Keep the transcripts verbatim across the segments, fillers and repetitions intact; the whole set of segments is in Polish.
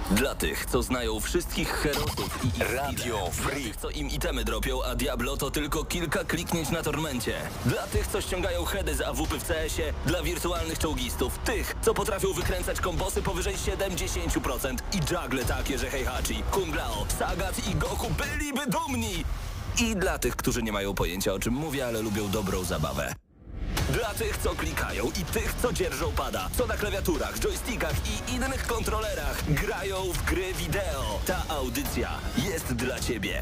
Dla tych, co znają wszystkich herosów i Radio Free. Dla tych, co im itemy dropią, a Diablo to tylko kilka kliknięć na tormencie. Dla tych, co ściągają heady z A W P w C S-ie. Dla wirtualnych czołgistów. Tych, co potrafią wykręcać kombosy powyżej siedemdziesiąt procent. I juggle takie, że Heihachi, Kung Lao, Sagat i Goku byliby dumni. I dla tych, którzy nie mają pojęcia, o czym mówię, ale lubią dobrą zabawę. Dla tych, co klikają i tych, co dzierżą pada, co na klawiaturach, joystickach i innych kontrolerach grają w gry wideo. Ta audycja jest dla Ciebie.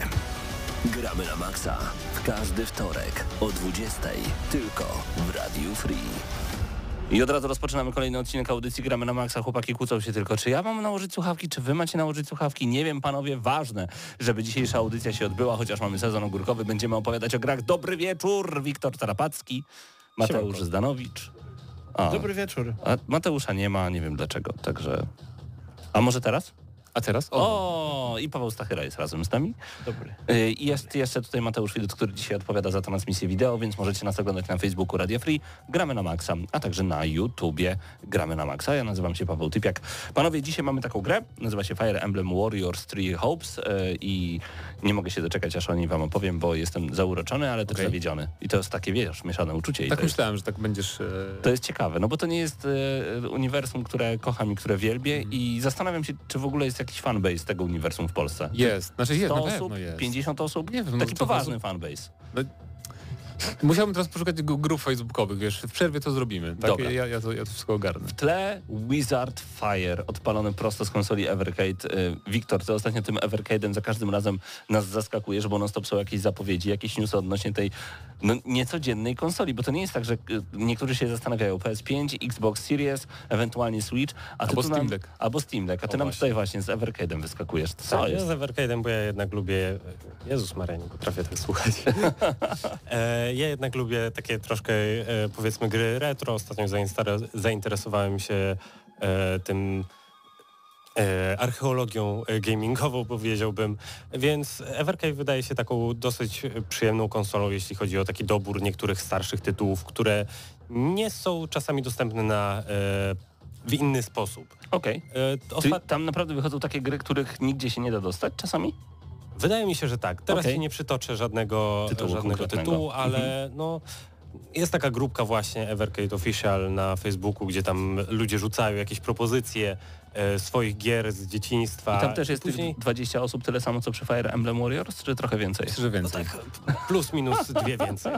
Gramy na maksa w każdy wtorek o dwudziestej tylko w Radiu Free. I od razu rozpoczynamy kolejny odcinek audycji Gramy na maksa. Chłopaki kłócą się tylko, czy ja mam nałożyć słuchawki, czy wy macie nałożyć słuchawki. Nie wiem, panowie, ważne, żeby dzisiejsza audycja się odbyła, chociaż mamy sezon ogórkowy. Będziemy opowiadać o grach. Dobry wieczór, Wiktor Tarapacki, Mateusz Siemanko. Zdanowicz. A, Dobry wieczór. A Mateusza nie ma, nie wiem dlaczego, także... A może teraz? A teraz? O, o i Paweł Stachyra jest razem z nami. Dobry. I jest jeszcze tutaj Mateusz Widut, który dzisiaj odpowiada za transmisję wideo, więc możecie nas oglądać na Facebooku Radio Free, Gramy na Maxa, a także na YouTubie Gramy na Maxa. Ja nazywam się Paweł Typiak. Panowie, dzisiaj mamy taką grę, nazywa się Fire Emblem Warriors Three Hopes i nie mogę się doczekać, aż o niej wam opowiem, bo jestem zauroczony, ale też okay. zawiedziony. I to jest takie, wiesz, mieszane uczucie. Tak i myślałem, jest, że tak będziesz... E... To jest ciekawe, no bo to nie jest e, uniwersum, które kocham i które wielbię mm. i zastanawiam się, czy w ogóle jest jakiś fanbase tego uniwersum w Polsce. Jest, znaczy jest, sto na osób, jest. pięćdziesiąt osób, nie wiem, taki no, poważny osób... fanbase. No, musiałbym teraz poszukać grup facebookowych, wiesz, w przerwie to zrobimy. Tak? Dobra. Ja, ja, to, ja to wszystko ogarnę. W tle Wizard Fire, odpalony prosto z konsoli Evercade. Wiktor, ty ostatnio tym Evercade'em za każdym razem nas zaskakujesz, bo non-stop są jakieś zapowiedzi, jakieś newsy odnośnie tej no, niecodziennej konsoli, bo to nie jest tak, że niektórzy się zastanawiają P S pięć, Xbox Series, ewentualnie Switch, a ty albo tu Steam nam, Deck. Albo Steam Deck, a ty o, nam właśnie. Tutaj właśnie z Evercade'em wyskakujesz. Co tak, jest? Ja z Evercade'em, bo ja jednak lubię... Jezus Maria, nie potrafię tak słuchać. e, ja jednak lubię takie troszkę, e, powiedzmy, gry retro. Ostatnio zainteresowałem się e, tym e, archeologią gamingową, powiedziałbym. Więc Evercade wydaje się taką dosyć przyjemną konsolą, jeśli chodzi o taki dobór niektórych starszych tytułów, które nie są czasami dostępne na... E, w inny sposób. Okej. Okay. Ostat... Czyli tam naprawdę wychodzą takie gry, których nigdzie się nie da dostać czasami? Wydaje mi się, że tak. Teraz okay. się nie przytoczę żadnego tytułu, żadnego tytułu ale mhm. no... Jest taka grupka właśnie Evercade Official na Facebooku, gdzie tam ludzie rzucają jakieś propozycje e, swoich gier z dzieciństwa. I tam też jest później... dwadzieścia osób, tyle samo co przy Fire Emblem Warriors, czy trochę więcej? Myślę, że więcej. No tak, plus minus dwie więcej.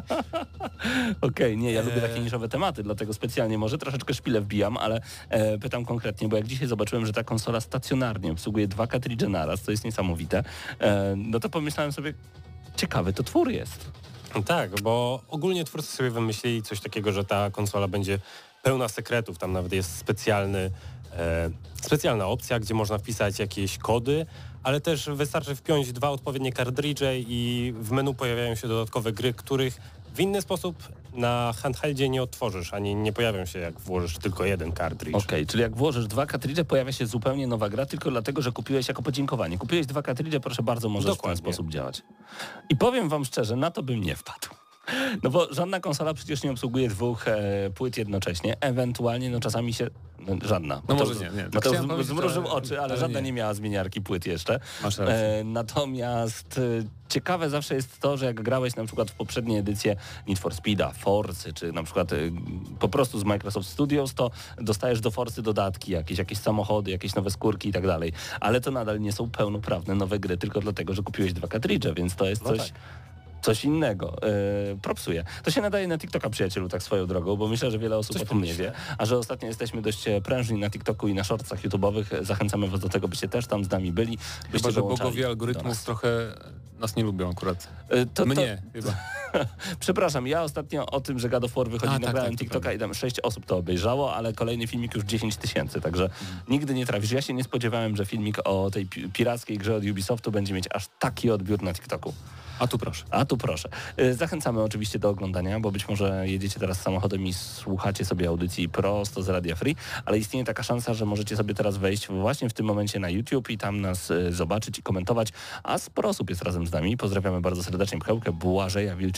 Okej, okay, nie, ja lubię takie niszowe tematy, dlatego specjalnie może troszeczkę szpilę wbijam, ale e, pytam konkretnie, bo jak dzisiaj zobaczyłem, że ta konsola stacjonarnie obsługuje dwa kartridże naraz, to jest niesamowite, e, no to pomyślałem sobie, ciekawy to twór jest. Tak, bo ogólnie twórcy sobie wymyślili coś takiego, że ta konsola będzie pełna sekretów. Tam nawet jest specjalny, e, specjalna opcja, gdzie można wpisać jakieś kody, ale też wystarczy wpiąć dwa odpowiednie kartridże i w menu pojawiają się dodatkowe gry, których w inny sposób na handheldzie nie otworzysz, ani nie pojawią się, jak włożysz tylko jeden kartridż. Okej, okay, czyli jak włożysz dwa kartridże, pojawia się zupełnie nowa gra, tylko dlatego, że kupiłeś jako podziękowanie. Kupiłeś dwa kartridże, proszę bardzo, możesz Dokładnie. w ten sposób działać. I powiem wam szczerze, na to bym nie wpadł. No bo żadna konsola przecież nie obsługuje dwóch e, płyt jednocześnie, ewentualnie no czasami się... No, żadna. No może nie. nie. Mateusz z, zmrużył oczy, ale, ale żadna nie. nie miała zmieniarki płyt jeszcze. Masz rację. E, natomiast e, ciekawe zawsze jest to, że jak grałeś na przykład w poprzedniej edycje Need for Speeda, Forcy, czy na przykład e, po prostu z Microsoft Studios, to dostajesz do Forcy dodatki, jakieś, jakieś samochody, jakieś nowe skórki i tak dalej. Ale to nadal nie są pełnoprawne nowe gry, tylko dlatego, że kupiłeś dwa kartridże, więc to jest no coś... Tak. Coś innego. Yy, propsuje. To się nadaje na TikToka, przyjacielu, tak swoją drogą, bo myślę, że wiele osób Coś o tym nie wie. A że ostatnio jesteśmy dość prężni na TikToku i na shortsach YouTube'owych, zachęcamy was do tego, byście też tam z nami byli. Chyba, że bogowie algorytmów trochę nas nie lubią akurat. Yy, to, Mnie to... chyba. Przepraszam, ja ostatnio o tym, że God of War wychodzi, A, nagrałem tak, tak, TikToka i tam sześć osób to obejrzało, ale kolejny filmik już dziesięć tysięcy, także mhm. nigdy nie trafisz. Ja się nie spodziewałem, że filmik o tej pirackiej grze od Ubisoftu będzie mieć aż taki odbiór na TikToku. A tu proszę. A tu proszę. Zachęcamy oczywiście do oglądania, bo być może jedziecie teraz samochodem i słuchacie sobie audycji prosto z Radia Free, ale istnieje taka szansa, że możecie sobie teraz wejść właśnie w tym momencie na YouTube i tam nas zobaczyć i komentować, a sporo osób jest razem z nami. Pozdrawiamy bardzo serdecznie Pchełkę, Błażeja Wilczyńskiego,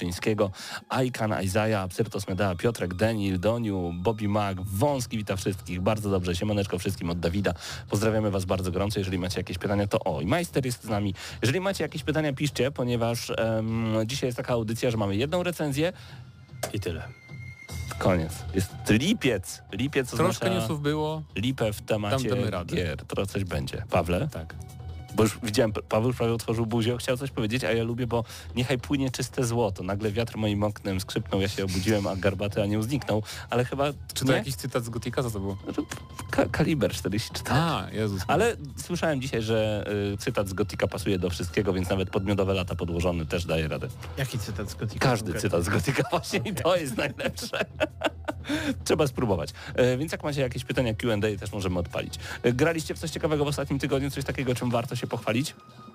Kaczyńskiego, Aikan, Isaiah, Absyrtos Medea, Piotrek, Denil, Doniu, Bobby Mac, Wąski, wita wszystkich. Bardzo dobrze. Siemaneczko wszystkim od Dawida. Pozdrawiamy was bardzo gorąco. Jeżeli macie jakieś pytania, to o, i Majster jest z nami. Jeżeli macie jakieś pytania, piszcie, ponieważ um, dzisiaj jest taka audycja, że mamy jedną recenzję i tyle. Koniec. Jest lipiec. Lipiec Troszkę newsów było. Lipę w temacie gier. To coś będzie. Pawle? Tak. Bo już widziałem, Paweł już prawie otworzył buzię, chciał coś powiedzieć, a ja lubię, bo niechaj płynie czyste złoto. Nagle wiatr moim oknem skrzypnął, ja się obudziłem, a garbaty anioł zniknął, ale chyba... Czy to nie? Jakiś cytat z Gotika? Co to było? Ka- kaliber czterdzieści cztery. A, Jezus. Ale słyszałem dzisiaj, że y, cytat z Gotika pasuje do wszystkiego, więc nawet pod miodowe lata podłożony też daje radę. Jaki cytat z Gotika? Każdy cytat z Gotika właśnie okay. I to jest najlepsze. Trzeba spróbować. E, więc jak macie jakieś pytania Q and A, też możemy odpalić. E, graliście w coś ciekawego w ostatnim tygodniu? Coś takiego, czym warto się pochwalić?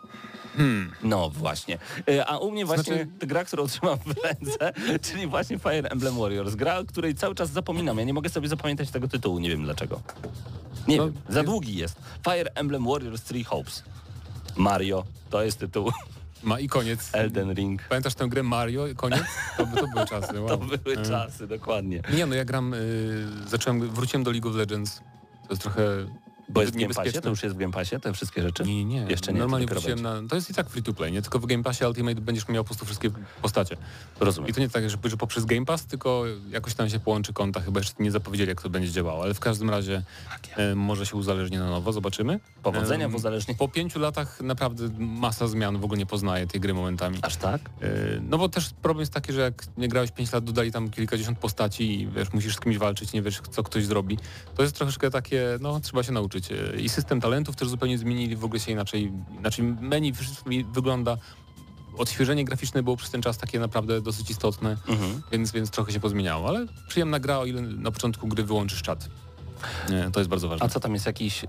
Hmm. No właśnie. E, a u mnie właśnie znaczy... gra, którą trzymam w ręce, czyli właśnie Fire Emblem Warriors. Gra, o której cały czas zapominam. Ja nie mogę sobie zapamiętać tego tytułu, nie wiem dlaczego. Nie no, wiem, za jest... długi jest. Fire Emblem Warriors Three Hopes. Mario, to jest tytuł. Ma i koniec. Elden Ring. Pamiętasz tę grę Mario i koniec? To, to były czasy. Wow. To były y. czasy, dokładnie. Nie, no ja gram, y, zacząłem, wróciłem do League of Legends. To jest trochę... Bo jest w Game Passie? To już jest w Game Passie, te wszystkie rzeczy? Nie, nie. Jeszcze nie. Normalnie wróciłem na... To jest i tak free to play, nie? Tylko w Game Passie Ultimate będziesz miał po prostu wszystkie postacie. Rozumiem. I to nie tak, że, że poprzez Game Pass, tylko jakoś tam się połączy konta. Chyba jeszcze nie zapowiedzieli, jak to będzie działało, ale w każdym razie e, może się uzależni na nowo, zobaczymy. Powodzenia e, w uzależnieniu. Po pięciu latach naprawdę masa zmian, w ogóle nie poznaję tej gry momentami. Aż tak? E, no bo też problem jest taki, że jak nie grałeś pięć lat, dodali tam kilkadziesiąt postaci i wiesz, musisz z kimś walczyć, nie wiesz, co ktoś zrobi. To jest troszeczkę takie, no trzeba się nauczyć. I system talentów też zupełnie zmienili, w ogóle się inaczej, inaczej menu wygląda. Odświeżenie graficzne było przez ten czas takie naprawdę dosyć istotne, mhm. więc, więc trochę się pozmieniało, ale przyjemna gra, o ile na początku gry wyłączysz czat. Nie, to jest bardzo ważne. A co tam jest jakiś...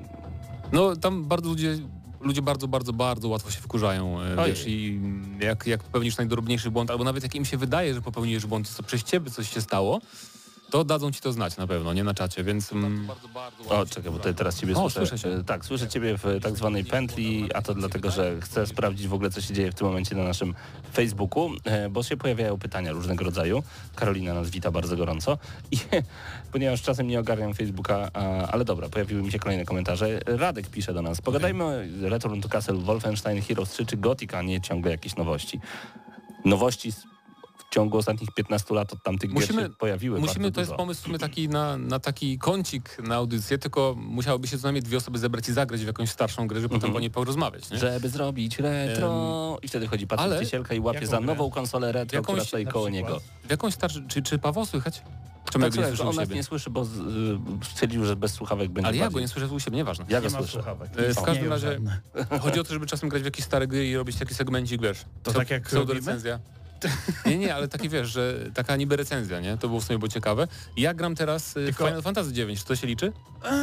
No tam bardzo ludzie, ludzie bardzo, bardzo, bardzo łatwo się wkurzają, wiesz, i jak, jak popełnisz najdrobniejszy błąd, albo nawet jak im się wydaje, że popełnisz błąd, co przez ciebie coś się stało, to dadzą ci to znać na pewno, nie na czacie, więc... Mm... Bardzo, bardzo, bardzo o, czekaj, bo tutaj teraz ciebie o, słyszę. Słyszę się. Tak, słyszę ciebie w tak zwanej pętli, a to dlatego, że chcę sprawdzić w ogóle, co się dzieje w tym momencie na naszym Facebooku, bo się pojawiają pytania różnego rodzaju. Karolina nas wita bardzo gorąco i ponieważ czasem nie ogarniam Facebooka, ale dobra, pojawiły mi się kolejne komentarze. Radek pisze do nas, pogadajmy o Return to Castle, Wolfenstein Heroes trzy czy Gothic, a nie ciągle jakieś nowości. Nowości w ciągu ostatnich piętnastu lat od tamtych musimy, gier się pojawiły Musimy, to dużo. jest pomysł w sumie taki na, na taki kącik na audycję, tylko musiałoby się co najmniej dwie osoby zebrać i zagrać w jakąś starszą grę, żeby mm-hmm. potem o niej porozmawiać. Nie? Żeby zrobić retro um, i wtedy chodzi Patryk Ciesielka i łapie za nową konsolę retro, jakąś, która stoi koło niego. W jakąś starszą, czy, czy Paweł słychać? Czemu tak, ja go nie on nas nie słyszy, bo z, y, stwierdził, że bez słuchawek będzie. Ale ja bardziej. go nie słyszę u siebie, nieważne. Ja go nie słyszę. E, w każdym razie chodzi o to, żeby czasem grać w jakieś stare gry i robić taki segmencik, wiesz. To tak jak pseudo-recenzja. Nie, nie, ale taki wiesz, że taka niby recenzja, nie? To było w sumie było ciekawe. Ja gram teraz Tylko... Final Fantasy dziewięć, czy to się liczy?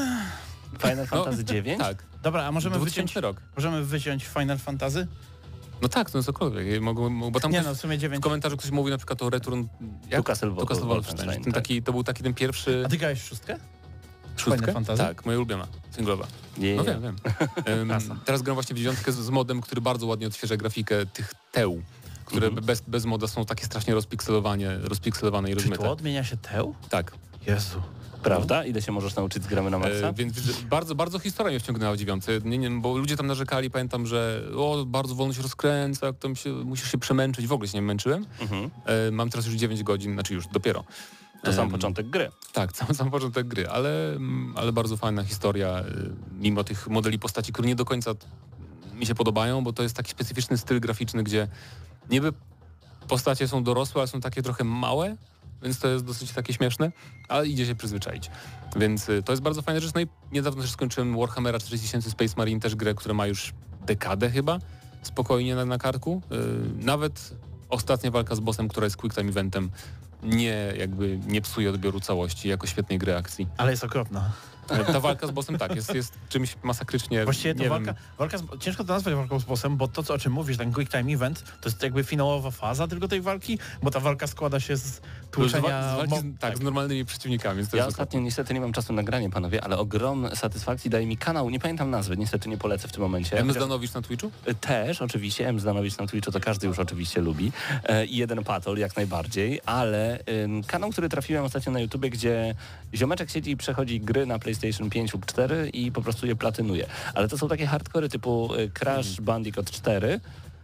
Final Fantasy no, dziewięć? Tak. Dobra, a możemy wyciąć, rok. możemy wyciąć Final Fantasy? No tak, to jest cokolwiek. Mogą, bo tam nie, ktoś, no, w sumie dziewięć. W komentarzu ktoś mówi na przykład o Return... Jak? To Castle Wolfenstein. Ten tak. taki, to był taki ten pierwszy... A ty grałeś w szóstkę? Szóstkę? Final Fantasy? Tak, moja ulubiona, singlowa. Yeah. No wiem, wiem. Um, teraz gram właśnie w dziewiątkę z, z modem, który bardzo ładnie odświeża grafikę tych teł, które mm-hmm. bez, bez moda są takie strasznie rozpikselowane, rozpikselowane i rozmyte. Czy to odmienia się teł? Tak. Jezu. Prawda? Ile się możesz nauczyć z gramy na maksa? E, więc bardzo, bardzo historia mnie wciągnęła w dziewiątce. Nie, nie, bo ludzie tam narzekali, pamiętam, że o, bardzo wolno się rozkręca, tam się, musisz się przemęczyć. W ogóle się nie męczyłem. Mhm. E, mam teraz już dziewięć godzin, znaczy już dopiero. To sam um, początek gry. Tak, sam, sam początek gry, ale, ale bardzo fajna historia, mimo tych modeli postaci, które nie do końca mi się podobają, bo to jest taki specyficzny styl graficzny, gdzie niby postacie są dorosłe, ale są takie trochę małe, więc to jest dosyć takie śmieszne, ale idzie się przyzwyczaić. Więc to jest bardzo fajna rzecz. No i niedawno też skończyłem Warhammera czterdzieści tysięcy Space Marine, też grę, która ma już dekadę chyba, spokojnie na, na karku. Yy, nawet ostatnia walka z bossem, która jest quick time eventem, nie jakby nie psuje odbioru całości jako świetnej gry akcji. Ale jest okropna. Ta walka z bossem tak, jest, jest czymś masakrycznie... Właściwie to nie walka, wiem, walka z, ciężko to nazwać walką z bossem, bo to, co, o czym mówisz, ten quick time event, to jest jakby finałowa faza tylko tej walki, bo ta walka składa się z z, tłuczenia... wa- z walki mo- z, tak, z normalnymi przeciwnikami. Więc to Ja jest ostatnio niestety nie mam czasu na granie, panowie, ale ogrom satysfakcji daje mi kanał, nie pamiętam nazwy, niestety nie polecę w tym momencie. M. Zdanowicz na Twitchu? Też, oczywiście, M. Zdanowicz na Twitchu to każdy już oczywiście lubi e, i jeden patol jak najbardziej, ale ym, kanał, który trafiłem ostatnio na YouTubie, gdzie ziomeczek siedzi i przechodzi gry na PlayStation pięć lub cztery i po prostu je platynuje. Ale to są takie hardcory typu y, Crash Bandicoot cztery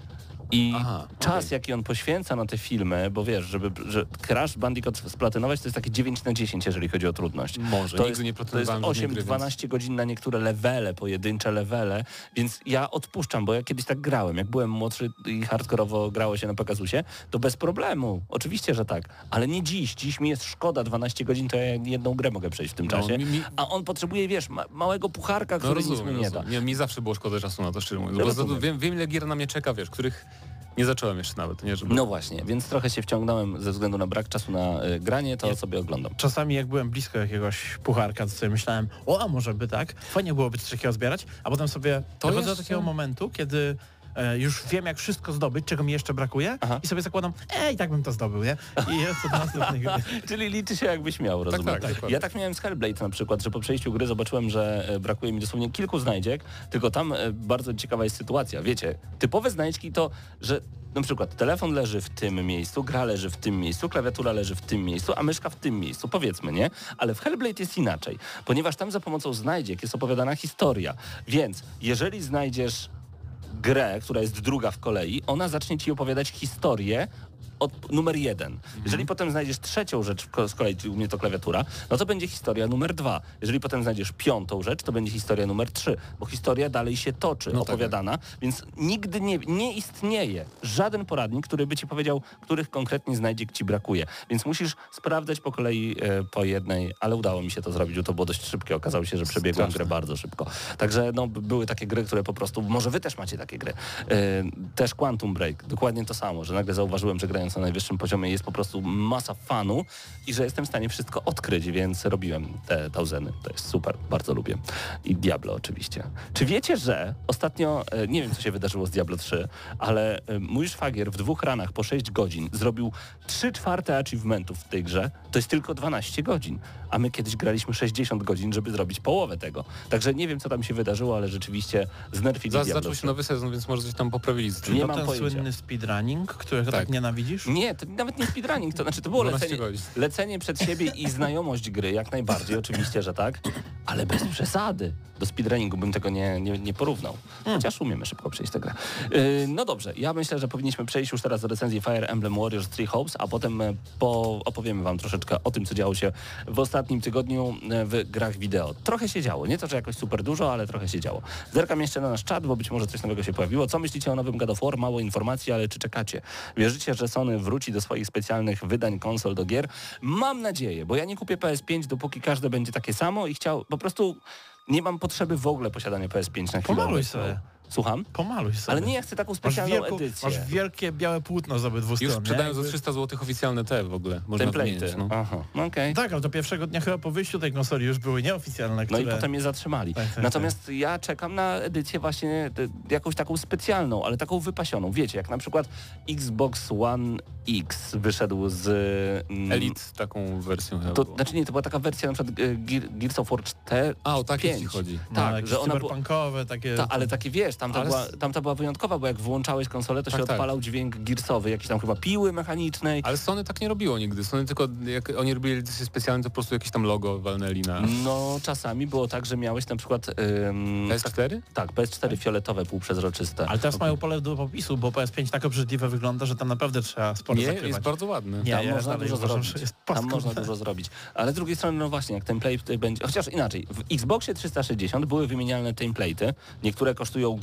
i Aha, czas, okej. jaki on poświęca na te filmy, bo wiesz, żeby że Crash Bandicoot splatynować, to jest takie dziewięć na dziesięć, jeżeli chodzi o trudność. Może, to nigdy jest, nie to jest platynowałem żadnej osiem gry, dwanaście godzin na niektóre levele, pojedyncze levele, więc ja odpuszczam, bo ja kiedyś tak grałem. Jak byłem młodszy i hardkorowo grało się na Pegasusie, to bez problemu. Oczywiście, że tak. Ale nie dziś. Dziś mi jest szkoda dwanaście godzin, to ja jedną grę mogę przejść w tym No, czasie. mi- mi- A on potrzebuje, wiesz, ma małego pucharka, No który rozumiem, nic mu nie da. rozumiem. Nie, mi zawsze było szkoda czasu na to, szczerze mówiąc. Ja Bo za, rozumiem. wiem, wiem, ile gier na mnie czeka, wiesz, których nie zacząłem jeszcze nawet, nie? Żeby... No właśnie, więc trochę się wciągnąłem ze względu na brak czasu na y, granie, to Nie. sobie oglądam. Czasami jak byłem blisko jakiegoś pucharka, to sobie myślałem, o, a może by tak, fajnie byłoby coś takiego zbierać, a potem sobie To dochodzę do jeszcze- takiego momentu, kiedy e, już wiem, jak wszystko zdobyć, czego mi jeszcze brakuje Aha. i sobie zakładam, ej, tak bym to zdobył, nie? I jest to do następnej gry. Czyli liczy się jakbyś miał, rozumiem. tak, dokładnie. Ja tak miałem z Hellblade na przykład, że po przejściu gry zobaczyłem, że e, brakuje mi dosłownie kilku znajdziek, tylko tam e, bardzo ciekawa jest sytuacja. Wiecie, typowe znajdźki to, że na przykład telefon leży w tym miejscu, gra leży w tym miejscu, klawiatura leży w tym miejscu, a myszka w tym miejscu, powiedzmy, nie? Ale w Hellblade jest inaczej, ponieważ tam za pomocą znajdziek jest opowiadana historia. Więc jeżeli znajdziesz grę, która jest druga w kolei, ona zacznie ci opowiadać historię od numer jeden. Jeżeli potem znajdziesz trzecią rzecz, ko- z kolei u mnie to klawiatura, no to będzie historia numer dwa. Jeżeli potem znajdziesz piątą rzecz, to będzie historia numer trzy, bo historia dalej się toczy, No tak, opowiadana, więc nigdy nie, nie istnieje żaden poradnik, który by ci powiedział, których konkretnie znajdziek ci brakuje. Więc musisz sprawdzać po kolei e, po jednej, ale udało mi się to zrobić, bo to było dość szybkie. Okazało się, że przebiegłem Straszne. grę bardzo szybko. Także no, b- były takie gry, które po prostu, może wy też macie takie gry. E, też Quantum Break, dokładnie to samo, że nagle zauważyłem, że grając na najwyższym poziomie jest po prostu masa fanu i że jestem w stanie wszystko odkryć, więc robiłem te tauzeny. To jest super, bardzo lubię. I Diablo oczywiście. Czy wiecie, że ostatnio, e, nie wiem co się wydarzyło z Diablo trzy, ale e, mój szwagier w dwóch ranach po sześć godzin zrobił trzy czwarte achievementów w tej grze. To jest tylko dwanaście godzin, a my kiedyś graliśmy sześćdziesiąt godzin, żeby zrobić połowę tego. Także nie wiem co tam się wydarzyło, ale rzeczywiście znerfili Za, Diablo zaczął się trzy. nowy sezon, więc może coś tam poprawili z tym. Nie to mam ten pojęcia. słynny speedrunning, którego tak, Tak. nienawidzisz? Nie, to nawet nie speedrunning, to znaczy to było dwanaście lecenie, godzin. lecenie przed siebie i znajomość gry, jak najbardziej, oczywiście, że tak, ale bez przesady. Do speedrunningu bym tego nie, nie, nie porównał. Chociaż umiemy szybko przejść tę grę. Yy, no dobrze, ja myślę, że powinniśmy przejść już teraz do recenzji Fire Emblem Warriors Three Hopes, a potem e, po, opowiemy wam troszeczkę o tym, co działo się w ostatnim tygodniu e, w grach wideo. Trochę się działo, nie to, że jakoś super dużo, ale trochę się działo. Zerkam jeszcze na nasz czat, bo być może coś nowego się pojawiło. Co myślicie o nowym God of War? Mało informacji, ale czy czekacie? Wierzycie, że Sony wróci do swoich specjalnych wydań konsol do gier? Mam nadzieję, bo ja nie kupię P S pięć, dopóki każde będzie takie samo i chciał, po prostu nie mam potrzeby w ogóle posiadania P S pięć na chwilę Pomaluj obecną. sobie. Słucham? Pomaluj sobie. Ale nie, ja chcę taką Masz, specjalną wielką, edycję. masz wielkie białe płótno z obydwu Już stron. sprzedają nie? za Jakby- trzysta złotych oficjalne te w ogóle. Można Template'y. wymienić, no. Aha, no okej. Tak, ale do pierwszego dnia chyba po wyjściu tej konsoli już były nieoficjalne, No które... i potem je zatrzymali. Tak, tak, Natomiast ja czekam na edycję właśnie y, jakąś taką specjalną, ale taką wypasioną. Wiecie, jak na przykład Xbox One X wyszedł z... mm, Elite taką wersją chyba To, było. znaczy nie, to była taka wersja na przykład y, Gear, Gears of War cztery, A, o takie ci pięć. chodzi. No, Tak, jakieś że ona była... cyberpunkowe, takie... Ta, ale takie wiesz, tamta, Ale była, s- tamta była wyjątkowa, bo jak włączałeś konsolę, to Tak, się tak. odpalał dźwięk Gearsowy, jakiś tam chyba piły mechanicznej. Ale Sony tak nie robiło nigdy. Sony tylko, jak oni robili edycję specjalną, to po prostu jakieś tam logo walnęli na No czasami było tak, że miałeś na przykład... Ym, P S cztery? tak, P S cztery fioletowe, półprzezroczyste. Ale teraz mają pole do popisu, bo P S pięć tak obrzydliwe wygląda, że tam naprawdę trzeba sporo Nie, zakrywać. jest bardzo ładny. Nie, Tam ja można dalej dużo uważam, zrobić. że jest Tam paskudne. można dużo zrobić. Ale z drugiej strony, no właśnie, jak template tutaj będzie... Chociaż inaczej, w Xboxie trzysta sześćdziesiąt były wymienialne template'y. Niektóre kosztują grubo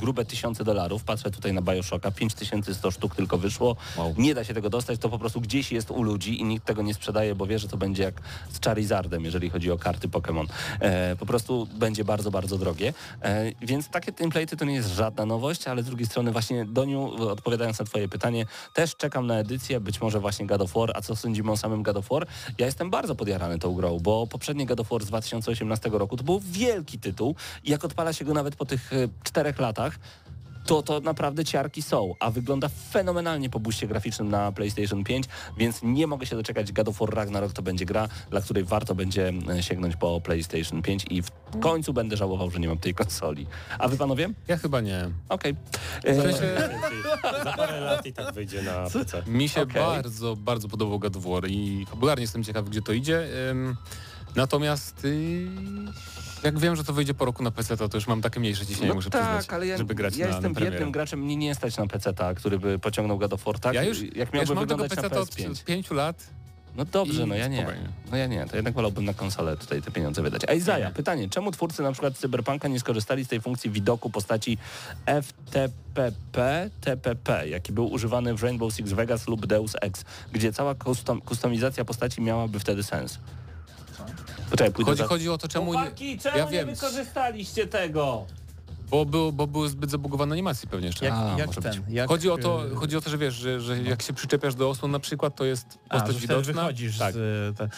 grube tysiące dolarów. Patrzę tutaj na Bioshocka, pięć tysięcy sto sztuk tylko wyszło. Wow. Nie da się tego dostać, to po prostu gdzieś jest u ludzi i nikt tego nie sprzedaje, bo wie, że to będzie jak z Charizardem, jeżeli chodzi o karty Pokémon. E, po prostu będzie bardzo, bardzo drogie. E, więc takie template'y to nie jest żadna nowość, ale z drugiej strony właśnie Doniu, odpowiadając na twoje pytanie, też czekam na edycję, być może właśnie God of War. A co sądzimy o samym God of War? Ja jestem bardzo podjarany tą grą, bo poprzednie God of War z dwa tysiące osiemnastego roku to był wielki tytuł i jak odpala się go nawet po tych e, czterech latach, to to naprawdę ciarki są, a wygląda fenomenalnie po booście graficznym na PlayStation pięć, więc nie mogę się doczekać. God of War Ragnarok to będzie gra, dla której warto będzie sięgnąć po PlayStation pięć i w końcu będę żałował, że nie mam tej konsoli. A wy panowie? Ja chyba nie. Okej. W Okay. sensie, Za parę lat i tak wyjdzie na P C. mi się Okej. bardzo, bardzo podobał God of War i fabularnie jestem ciekawy, gdzie to idzie. Ym, natomiast y, jak wiem, że to wyjdzie po roku na P C, to, to już mam takie mniejsze ciśnienie, No muszę tak, przyznać, ale ja, żeby grać ja na, jestem na premierę. biednym graczem, mnie nie stać na peceta, który by pociągnął God of War, tak? Ja już, jak ja już miałby mam tego wyglądać na P C P to S pięć. od pięciu lat. No dobrze, I no ja nie. spokojnie. No ja nie, to jednak wolałbym na konsolę tutaj te pieniądze wydać. A Izaja, pytanie, czemu twórcy na przykład Cyberpunka nie skorzystali z tej funkcji widoku postaci F T P P T P P, jaki był używany w Rainbow Six Vegas lub Deus Ex, gdzie cała kustom, kustomizacja postaci miałaby wtedy sens? Poczekaj, pójdę Chodzi, za... chodzi o to, czemu... Chłopaki, czemu ja nie wiem, wykorzystaliście tego? bo, był, bo były zbyt zabugowane animacje pewnie jeszcze. Jak, A, jak może ten, być. jak, Chodzi o to, y, chodzi o to, że wiesz, że, że jak się przyczepiasz do osłon na przykład, to jest a, postać że wtedy widoczna. wychodzisz Tak, z... Te,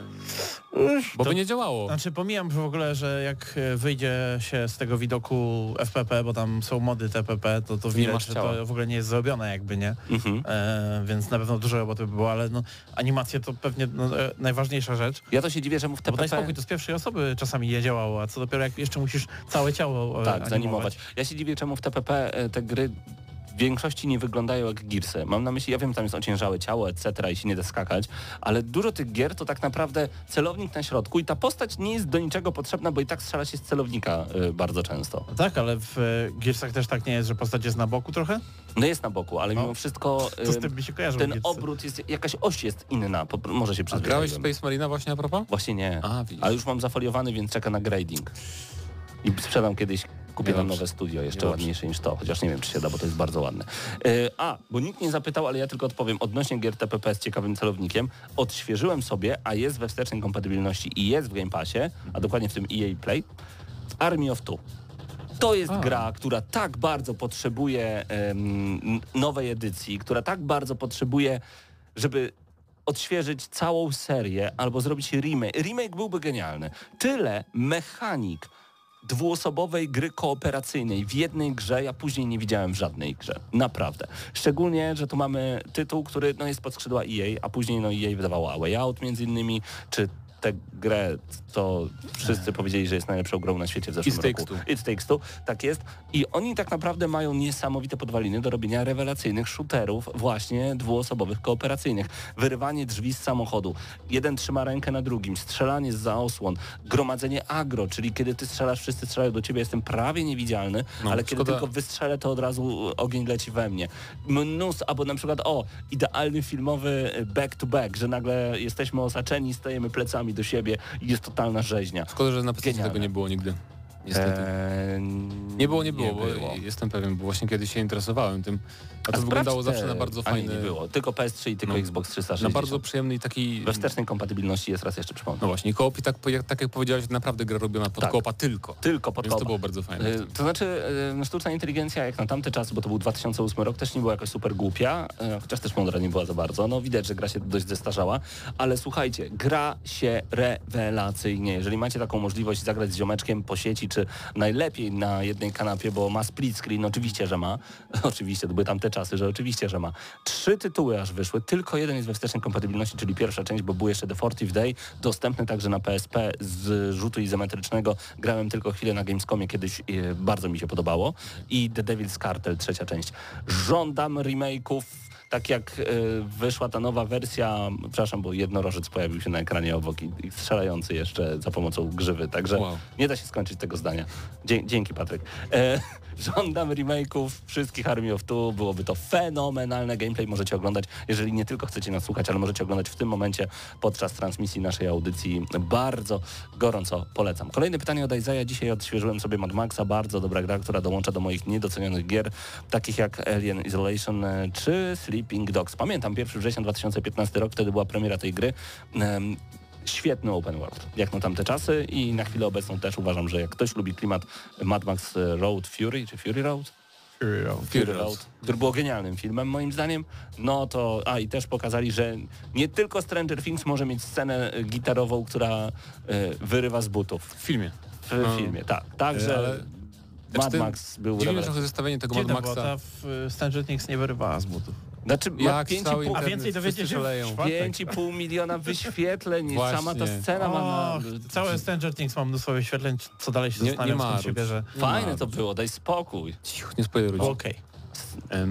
bo to- by nie działało. Znaczy pomijam że w ogóle, że jak e, wyjdzie się z tego widoku F P P, bo tam są mody T P P, to, to Nie widać, masz że ciała. to w ogóle nie jest zrobione jakby, nie? Mhm. E, więc na pewno dużo roboty by było, ale no, animacje to pewnie no, e, najważniejsza rzecz. Ja to się dziwię, że mu w Bo daj T P P... spokój, to z pierwszej osoby czasami nie działało, a co dopiero jak jeszcze musisz całe ciało e, Tak, zanimować. Ja się dziwię, czemu w T P P e, te gry w większości nie wyglądają jak Gearsy. Mam na myśli, ja wiem, tam jest ociężałe ciało, et cetera i się nie da skakać, ale dużo tych gier to tak naprawdę celownik na środku i ta postać nie jest do niczego potrzebna, bo i tak strzela się z celownika y, bardzo często. No tak, ale w e, Gearsach też tak nie jest, że postać jest na boku trochę? No jest na boku, ale No. mimo wszystko To z y, tym mi się kojarzy. ten Gearsy. obrót jest, jakaś oś jest inna, po, może się A grałeś w przyzwyczaiłem. Space Marina właśnie a propos? Właśnie nie, A, widzisz. ale już mam zafoliowany, więc czeka na grading. I sprzedam kiedyś, kupię tam Niedobrze. nowe studio, jeszcze Niedobrze. ładniejsze niż to, chociaż nie wiem, czy się da, bo to jest bardzo ładne. Yy, a, bo nikt nie zapytał, ale ja tylko odpowiem. Odnośnie gier T P P z ciekawym celownikiem, odświeżyłem sobie, a jest we wstecznej kompatybilności i jest w Game Passie, a dokładnie w tym E A Play, Army of Two. To jest A. gra, która tak bardzo potrzebuje em, nowej edycji, która tak bardzo potrzebuje, żeby odświeżyć całą serię albo zrobić remake. Remake byłby genialny. Tyle mechanik dwuosobowej gry kooperacyjnej w jednej grze ja później nie widziałem w żadnej grze. Naprawdę. Szczególnie, że tu mamy tytuł, który no, jest pod skrzydła E A, a później no, E A wydawało A Way Out między innymi, czy tę grę, to wszyscy powiedzieli, że jest najlepszą grą na świecie w zeszłym It Takes roku. Two. It Takes Two, tak jest. I oni tak naprawdę mają niesamowite podwaliny do robienia rewelacyjnych shooterów, właśnie dwuosobowych, kooperacyjnych. Wyrywanie drzwi z samochodu. Jeden trzyma rękę na drugim, strzelanie zza osłon, gromadzenie agro, czyli kiedy ty strzelasz, wszyscy strzelają do ciebie, jestem prawie niewidzialny, No, ale kiedy szkoda. tylko wystrzelę, to od razu ogień leci we mnie. Mnóstwo, albo na przykład, o, idealny filmowy back to back, że nagle jesteśmy osaczeni, stajemy plecami do siebie i jest totalna rzeźnia. Szkoda, że na P C Genialne. tego nie było nigdy. Niestety. Eee, Nie było, nie było, nie bo było. jestem pewien, bo właśnie kiedyś się interesowałem tym. A to A wyglądało sprawdź zawsze te- na bardzo A nie, fajny, nie było. Tylko P S trzy i tylko No. Xbox trzysta na sześćdziesiąt. bardzo przyjemny i taki... We wstecznej kompatybilności jest, raz jeszcze przypomnę. No właśnie, koop i tak, jak, tak jak powiedziałeś, naprawdę gra robiona pod Tak. koopa tylko. Tylko pod Więc to kopa. było bardzo fajne. E, To znaczy, e, no, sztuczna inteligencja jak na tamte czasy, bo to był dwa tysiące ósmy rok, też nie była jakoś super głupia, e, chociaż też mądra nie była za bardzo. No widać, że gra się dość zestarzała, ale słuchajcie, gra się rewelacyjnie. Jeżeli macie taką możliwość zagrać z ziomeczkiem po sieci, czy najlepiej na jednej kanapie, bo ma split screen, oczywiście, że ma. Oczywiście, to były tamte czasy, że oczywiście, że ma. Trzy tytuły aż wyszły, tylko jeden jest we wstecznej kompatybilności, czyli pierwsza część, bo był jeszcze The Fortive Day, dostępny także na P S P z rzutu izometrycznego. Grałem tylko chwilę na Gamescomie, kiedyś e, bardzo mi się podobało. I The Devil's Cartel, trzecia część. Żądam remake'ów, tak jak e, wyszła ta nowa wersja, przepraszam, bo jednorożec pojawił się na ekranie obok i, i strzelający jeszcze za pomocą grzywy, także Wow. nie da się skończyć tego zdania. Dzie- dzięki, Patryk. E, Żądam remake'ów wszystkich Army of Two. Byłoby to fenomenalne. Gameplay możecie oglądać, jeżeli nie tylko chcecie nas słuchać, ale możecie oglądać w tym momencie podczas transmisji naszej audycji. Bardzo gorąco polecam. Kolejne pytanie od Isaiah. Dzisiaj odświeżyłem sobie Mad Maxa. Bardzo dobra gra, która dołącza do moich niedocenionych gier, takich jak Alien Isolation czy Sleeping Dogs. Pamiętam pierwszego września dwa tysiące piętnastego rok, wtedy była premiera tej gry. Um, Świetny open world, jak na tamte czasy i na chwilę obecną też uważam, że jak ktoś lubi klimat Mad Max Road Fury, czy Fury Road? Fury Road. Fury Road, który był genialnym filmem moim zdaniem, no to, a i też pokazali, że nie tylko Stranger Things może mieć scenę gitarową, która y, wyrywa z butów. W filmie. W No. filmie, tak. Także Ale... Mad Znaczy, Max był Dziwi mnie rewelacyjny. trochę zestawienie tego Mad Dziwne, bo Maxa. ta w Stranger Things nie wyrywała z butów. Znaczy, ma Jak pięć i cały pół- A internet, więcej dowiecie wszyscy się w szaleją. czwartek. pięć i pół miliona wyświetleń. Właśnie. Sama ta scena ma na... Och, całe Stranger Things ma mnóstwo wyświetleń, co dalej się Nie- zastanawiam, nie skąd się marudź. bierze. Fajne ma. to było, daj spokój. Cicho, nie spoileruj. Okej. Em,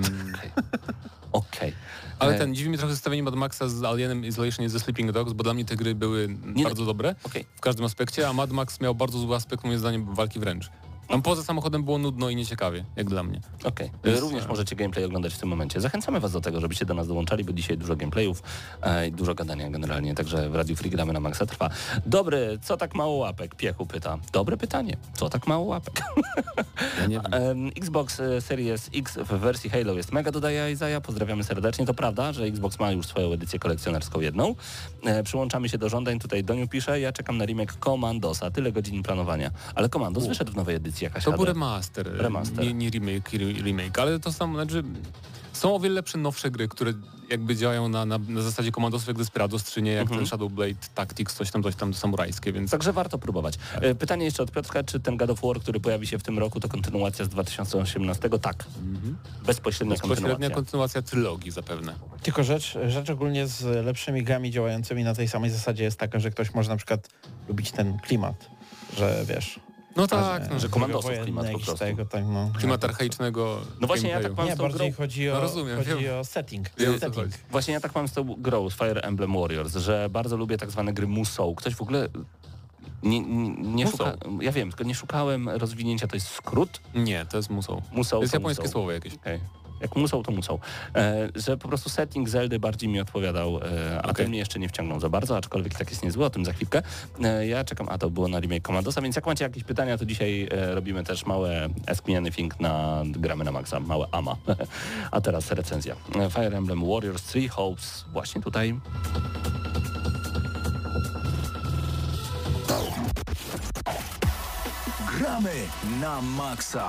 Okej. ale E, ten, dziwi mnie trochę zestawienie Mad Maxa z Alienem Isolation i ze Sleeping Dogs, bo dla mnie te gry były Nie- bardzo dobre Okej. w każdym aspekcie, a Mad Max miał bardzo zły aspekt, moim zdaniem, walki wręcz. Tam poza samochodem było nudno i nieciekawie, jak dla mnie. Okej. Jest- Również możecie gameplay oglądać w tym momencie. Zachęcamy was do tego, żebyście do nas dołączali, bo dzisiaj dużo gameplayów e, i dużo gadania generalnie, także w Radiu Free gramy na maksa trwa. Dobry, co tak mało łapek? Piechu pyta. Dobre pytanie. Co tak mało łapek? Ja nie wiem. Em, Xbox e, Series X w wersji Halo jest mega, dodaje Isaiah. Pozdrawiamy serdecznie. To prawda, że Xbox ma już swoją edycję kolekcjonerską jedną. E, przyłączamy się do żądań. Tutaj Doniu pisze, ja czekam na remake Commandosa. Tyle godzin planowania. Ale Commandos U. wyszedł w nowej edycji jakaś To H D. był remaster, Remaster. Nie, nie remake, re- remake, ale to samo, znaczy są o wiele lepsze, nowsze gry, które jakby działają na, na, na zasadzie komandosów jak Desperados, czy nie, jak Mhm. ten Shadow Blade Tactics, coś tam, coś tam samurajskie, więc Także warto próbować. E, Pytanie jeszcze od Piotrka, czy ten God of War, który pojawi się w tym roku, to kontynuacja z dwa tysiące osiemnastego? Tak. Bezpośrednia bezpośrednia kontynuacja. kontynuacja trylogii zapewne. Tylko rzecz, rzecz ogólnie z lepszymi grami działającymi na tej samej zasadzie jest taka, że ktoś może na przykład lubić ten klimat, że wiesz... No tak, no, że komandosów wojenne, klimat po jakiś prostu. Tego, tak, no. klimat archaicznego No właśnie, ja gameplayu. tak mam Nie, z tą bardziej grą, chodzi o, No rozumiem, chodzi wiem. o setting. Wiem, o co setting. chodzi. właśnie ja tak mam z tą grą, z Fire Emblem Warriors, że bardzo lubię tak zwane gry Musou. Ktoś w ogóle... Nie, nie, nie Musou. szuka, ja wiem, tylko nie szukałem rozwinięcia, to jest skrót. Nie, to jest Musou. Musou To jest to japońskie Musou. słowo jakieś. Okej. Jak musą, to musą. E, że po prostu setting Zeldy bardziej mi odpowiadał, e, a Okej. ten mnie jeszcze nie wciągnął za bardzo, aczkolwiek tak jest niezły, o tym za chwilkę. E, ja czekam, a to było na remake Commandosa, więc jak macie jakieś pytania, to dzisiaj e, robimy też małe Ask Me Anything na gramy na maksa, małe ama. A teraz recenzja. E, Fire Emblem Warriors Three Hopes, właśnie tutaj. Gramy na maksa.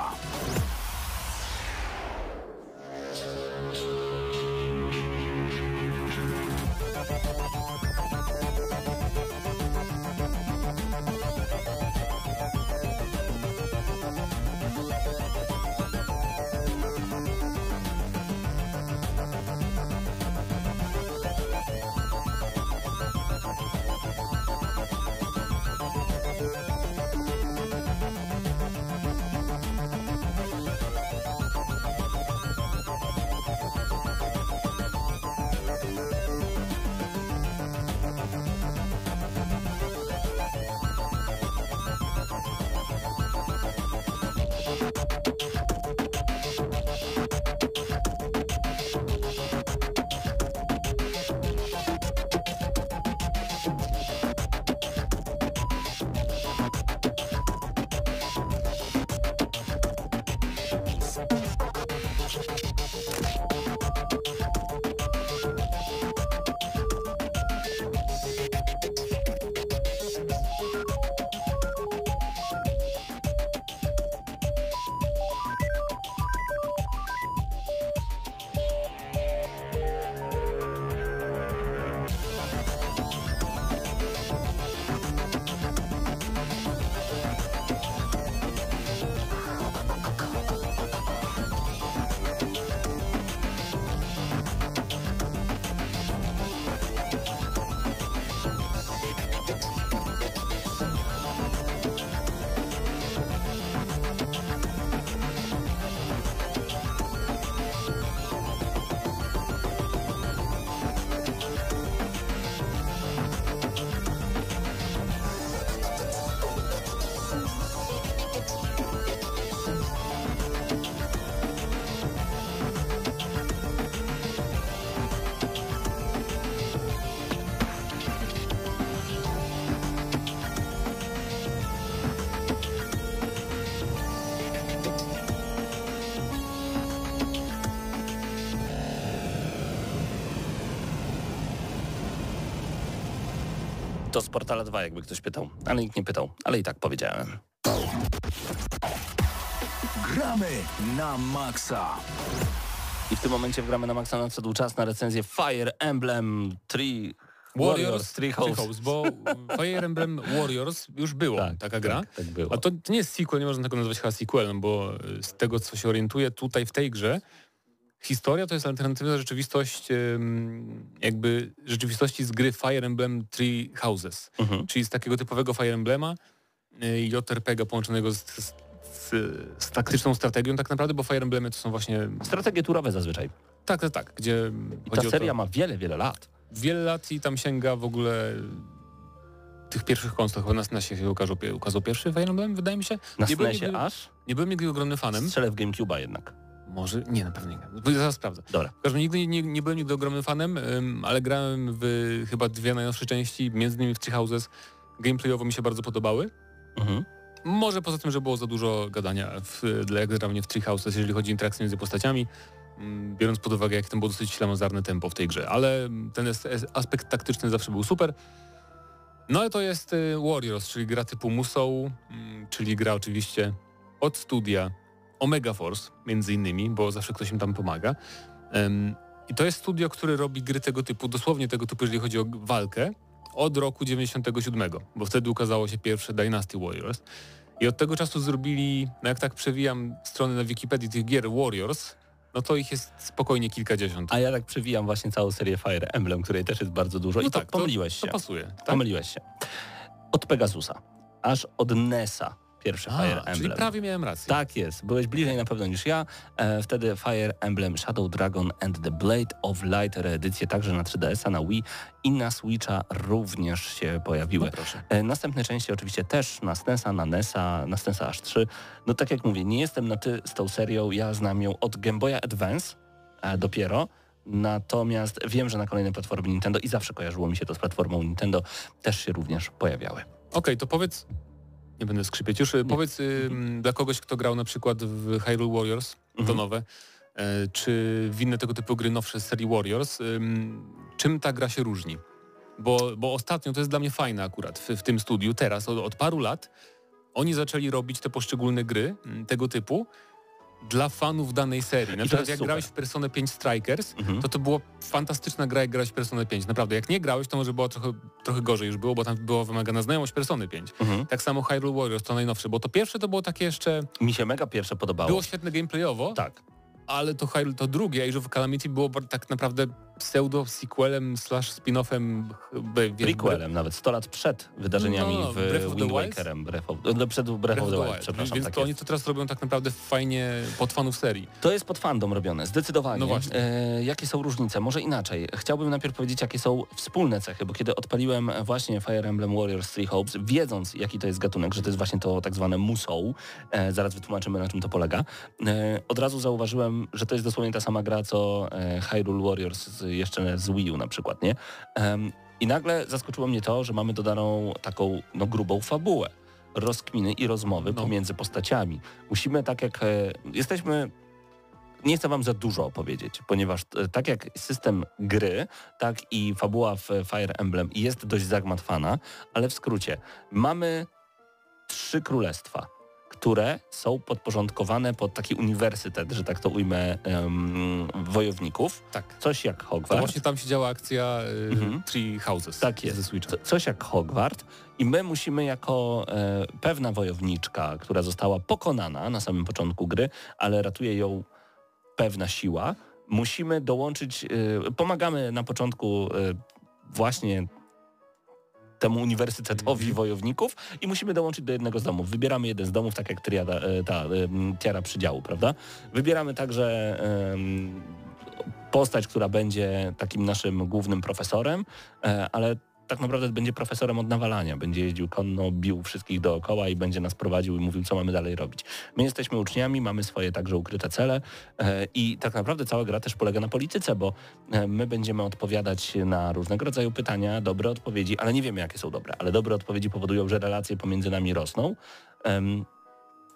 To z Portala dwa, jakby ktoś pytał. Ale nikt nie pytał, ale i tak powiedziałem. Gramy na maksa. I w tym momencie w Gramy na Maxa nadszedł czas na recenzję Fire Emblem Three Warriors, Warriors Three Hopes. bo Fire Emblem Warriors już było Tak, taka gra. Tak, tak było. A to, to nie jest sequel, nie można tego nazwać chyba sequelem, bo z tego, co się orientuję tutaj w tej grze, historia to jest alternatywna rzeczywistość em, jakby rzeczywistości z gry Fire Emblem Three Houses, Mhm. czyli z takiego typowego Fire Emblema y, J R P G połączonego z, z, z, z taktyczną strategią tak naprawdę, bo Fire Emblemy to są właśnie... Strategie turowe zazwyczaj. Tak, tak, tak, gdzie I chodzi ta o seria to, ma wiele, wiele lat. wiele lat i tam sięga w ogóle tych pierwszych konsolach. Chyba na SNESie się ukazał, ukazał pierwszy Fire Emblem, wydaje mi się. Na nie byłem SNESie nigdy, aż? nie byłem nigdy ogromnym fanem. Strzelę w GameCube'a jednak. Może, nie, na pewno nie. Zaraz sprawdzę. Dobra. W każdym razie nigdy nie, nie byłem nigdy ogromnym fanem, ym, ale grałem w chyba dwie najnowsze części, między innymi w Three Houses. Gameplayowo mi się bardzo podobały. Mhm. Może poza tym, że było za dużo gadania w, dla jak grałem w Three Houses, jeżeli chodzi o interakcję między postaciami, ym, biorąc pod uwagę, jak tam było dosyć ślamazarne tempo w tej grze. Ale ten es, es, aspekt taktyczny zawsze był super. No i to jest y, Warriors, czyli gra typu Musou, ym, czyli gra oczywiście od studia Omega Force, między innymi, bo zawsze ktoś im tam pomaga. Um, I to jest studio, które robi gry tego typu, dosłownie tego typu, jeżeli chodzi o walkę, od roku dziewięćdziesiątego siódmego, bo wtedy ukazało się pierwsze Dynasty Warriors. I od tego czasu zrobili, no jak tak przewijam strony na Wikipedii tych gier Warriors, no to ich jest spokojnie kilkadziesiąt. A ja tak przewijam właśnie całą serię Fire Emblem, której też jest bardzo dużo. No I to tak, pomyliłeś to, się. to pasuje. Tak? Pomyliłeś się. Od Pegasusa, aż od Nesa. Pierwszy A, Fire czyli Emblem. prawie miałem rację. Tak jest, byłeś bliżej na pewno niż ja. E, wtedy Fire Emblem Shadow Dragon and the Blade of Light reedycje także na trzy D S a, na Wii i na Switcha również się pojawiły. No proszę. E, następne części oczywiście też na SNESa, na NESa, na SNESa aż trzy. No tak jak mówię, nie jestem na ty z tą serią, ja znam ją od Game Boya Advance e, dopiero. Natomiast wiem, że na kolejne platformy Nintendo i zawsze kojarzyło mi się to z platformą Nintendo, też się również pojawiały. Okej, okay, to powiedz, nie będę skrzypieć już, powiedz y, dla kogoś, kto grał na przykład w Hyrule Warriors, Mhm. to nowe, y, czy w inne tego typu gry nowsze z serii Warriors, y, czym ta gra się różni? Bo, bo ostatnio, to jest dla mnie fajne akurat w, w tym studiu, teraz od, od paru lat, oni zaczęli robić te poszczególne gry y, tego typu dla fanów danej serii. Na to przykład jest jak super. grałeś w Personę pięć Strikers, Mhm. to to była fantastyczna gra, jak grałeś w Personę pięć. Naprawdę, jak nie grałeś, to może było trochę, trochę gorzej już było, bo tam była wymagana znajomość Persony pięć. Mhm. Tak samo Hyrule Warriors, to najnowsze, bo to pierwsze to było takie jeszcze... Mi się mega pierwsze podobało. Było świetne gameplayowo, Tak. ale to Hyrule, to drugie, Age of Calamity, było bar- tak naprawdę pseudo-sequelem slash spin-offem... b- wiesz, Prequelem, nawet sto lat przed wydarzeniami No, no, w Breath of the Wind Wild? Wakerem. Breath of, no, przed Breath, Breath of the Wild, Wild. przepraszam. Więc tak to jest. oni to teraz robią tak naprawdę fajnie pod fanów serii. To jest pod fandom robione, zdecydowanie. No właśnie. E, jakie są różnice? Może inaczej. Chciałbym najpierw powiedzieć, jakie są wspólne cechy, bo kiedy odpaliłem właśnie Fire Emblem Warriors Three Hopes, wiedząc, jaki to jest gatunek, że to jest właśnie to tak zwane Musou, e, zaraz wytłumaczymy, na czym to polega, e, od razu zauważyłem, że to jest dosłownie ta sama gra, co e, Hyrule Warriors z, jeszcze z Wii U na przykład, nie? E, I nagle zaskoczyło mnie to, że mamy dodaną taką no, grubą fabułę, rozkminy i rozmowy No. pomiędzy postaciami. Musimy tak jak... E, jesteśmy... Nie chcę wam za dużo opowiedzieć, ponieważ e, tak jak system gry, tak i fabuła w Fire Emblem jest dość zagmatwana, ale w skrócie mamy trzy królestwa, które są podporządkowane pod taki uniwersytet, że tak to ujmę, em, wojowników. Tak. Coś jak To Hogwarts. właśnie tam się działa akcja y, Mhm. Three Houses Tak jest. ze Switcha. Co- Coś jak Hogwart i my musimy jako e, pewna wojowniczka, która została pokonana na samym początku gry, ale ratuje ją pewna siła, musimy dołączyć, e, pomagamy na początku e, właśnie temu uniwersytetowi Mhm. wojowników i musimy dołączyć do jednego z domów. Wybieramy jeden z domów, tak jak triada, e, ta e, tiara przydziału, prawda? Wybieramy także em, postać, która będzie takim naszym głównym profesorem, e, ale tak naprawdę będzie profesorem od nawalania. Będzie jeździł konno, bił wszystkich dookoła i będzie nas prowadził i mówił, co mamy dalej robić. My jesteśmy uczniami, mamy swoje także ukryte cele e, i tak naprawdę cała gra też polega na polityce, bo e, my będziemy odpowiadać na różnego rodzaju pytania, dobre odpowiedzi, ale nie wiemy, jakie są dobre, ale dobre odpowiedzi powodują, że relacje pomiędzy nami rosną. Em,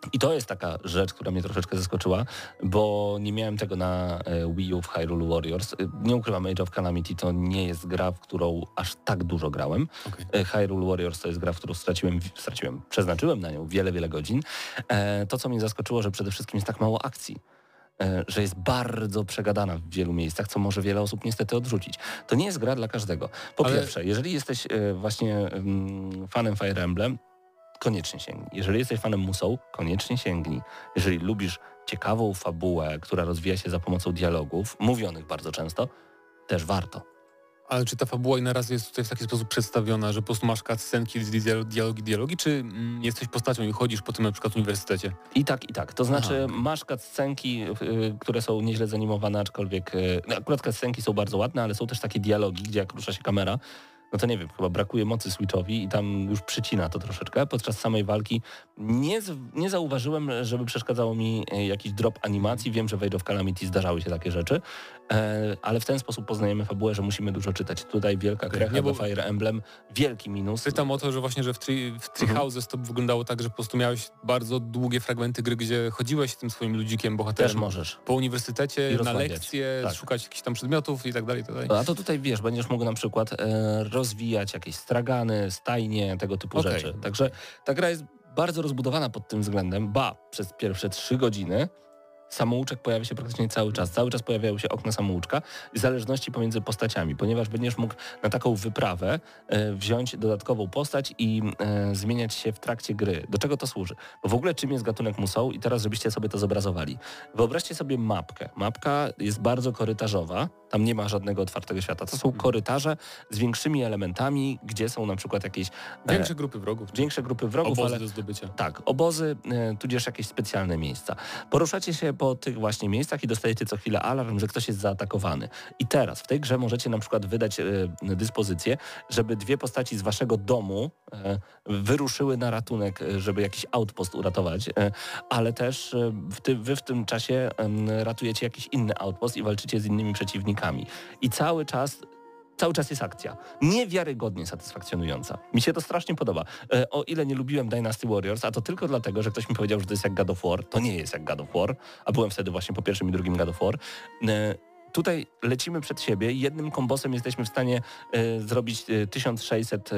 I to jest taka rzecz, która mnie troszeczkę zaskoczyła, bo nie miałem tego na e, Wii U w Hyrule Warriors. E, Nie ukrywam, Age of Calamity to nie jest gra, w którą aż tak dużo grałem. Okay. E, Hyrule Warriors to jest gra, w którą straciłem, straciłem, przeznaczyłem na nią wiele, wiele godzin. E, To, co mnie zaskoczyło, że przede wszystkim jest tak mało akcji. E, Że jest bardzo przegadana w wielu miejscach, co może wiele osób niestety odrzucić. To nie jest gra dla każdego. Po Ale- pierwsze, jeżeli jesteś e, właśnie mm, fanem Fire Emblem, koniecznie sięgnij. Jeżeli jesteś fanem Musou, koniecznie sięgnij. Jeżeli lubisz ciekawą fabułę, która rozwija się za pomocą dialogów, mówionych bardzo często, też warto. Ale czy ta fabuła i naraz jest tutaj w taki sposób przedstawiona, że po prostu masz cutscenki, dialo- dialogi, dialogi, czy mm, jesteś postacią i chodzisz po tym na przykład uniwersytecie? I tak, i tak. To znaczy Aha. masz cutscenki, y, które są nieźle zanimowane, aczkolwiek y, no akurat cutscenki są bardzo ładne, ale są też takie dialogi, gdzie jak rusza się kamera, no to nie wiem, chyba brakuje mocy Switchowi i tam już przycina to troszeczkę. Podczas samej walki nie, z, nie zauważyłem, żeby przeszkadzało mi e, jakiś drop animacji. Wiem, że w Age of Calamity zdarzały się takie rzeczy, e, ale w ten sposób poznajemy fabułę, że musimy dużo czytać. Tutaj wielka Okej, krecha nie, do bo- Fire Emblem, wielki minus. Pytam o to, że właśnie, że w Three, w three Mhm. Houses to wyglądało tak, że po prostu miałeś bardzo długie fragmenty gry, gdzie chodziłeś z tym swoim ludzikiem, bohaterem Też możesz. po uniwersytecie, I na rozmawiać. lekcje, Tak. szukać jakichś tam przedmiotów i tak dalej, i tak dalej. A to tutaj, wiesz, będziesz mógł na przykład e, rozwijać jakieś stragany, stajnie, tego typu Okej. rzeczy. Także ta gra jest bardzo rozbudowana pod tym względem, ba, przez pierwsze trzy godziny samouczek pojawia się praktycznie cały czas. Cały czas pojawiają się okna samouczka w zależności pomiędzy postaciami, ponieważ będziesz mógł na taką wyprawę e, wziąć dodatkową postać i e, zmieniać się w trakcie gry. Do czego to służy? Bo w ogóle czym jest gatunek Musou i teraz żebyście sobie to zobrazowali. Wyobraźcie sobie mapkę. Mapka jest bardzo korytarzowa, tam nie ma żadnego otwartego świata. To są korytarze z większymi elementami, gdzie są na przykład jakieś e, Większe grupy wrogów, większe grupy wrogów, obozy ale do zdobycia. tak, obozy, e, tudzież jakieś specjalne miejsca. Poruszacie się po tych właśnie miejscach i dostajecie co chwilę alarm, że ktoś jest zaatakowany. I teraz w tej grze możecie na przykład wydać e, dyspozycję, żeby dwie postaci z waszego domu e, wyruszyły na ratunek, e, żeby jakiś outpost uratować, e, ale też e, w ty, wy w tym czasie e, ratujecie jakiś inny outpost i walczycie z innymi przeciwnikami. I cały czas Cały czas jest akcja. Niewiarygodnie satysfakcjonująca. Mi się to strasznie podoba. E, o ile nie lubiłem Dynasty Warriors, a to tylko dlatego, że ktoś mi powiedział, że to jest jak God of War. To nie jest jak God of War, a byłem wtedy właśnie po pierwszym i drugim God of War. E, Tutaj lecimy przed siebie i jednym kombosem jesteśmy w stanie e, zrobić e, tysiąc sześćset e,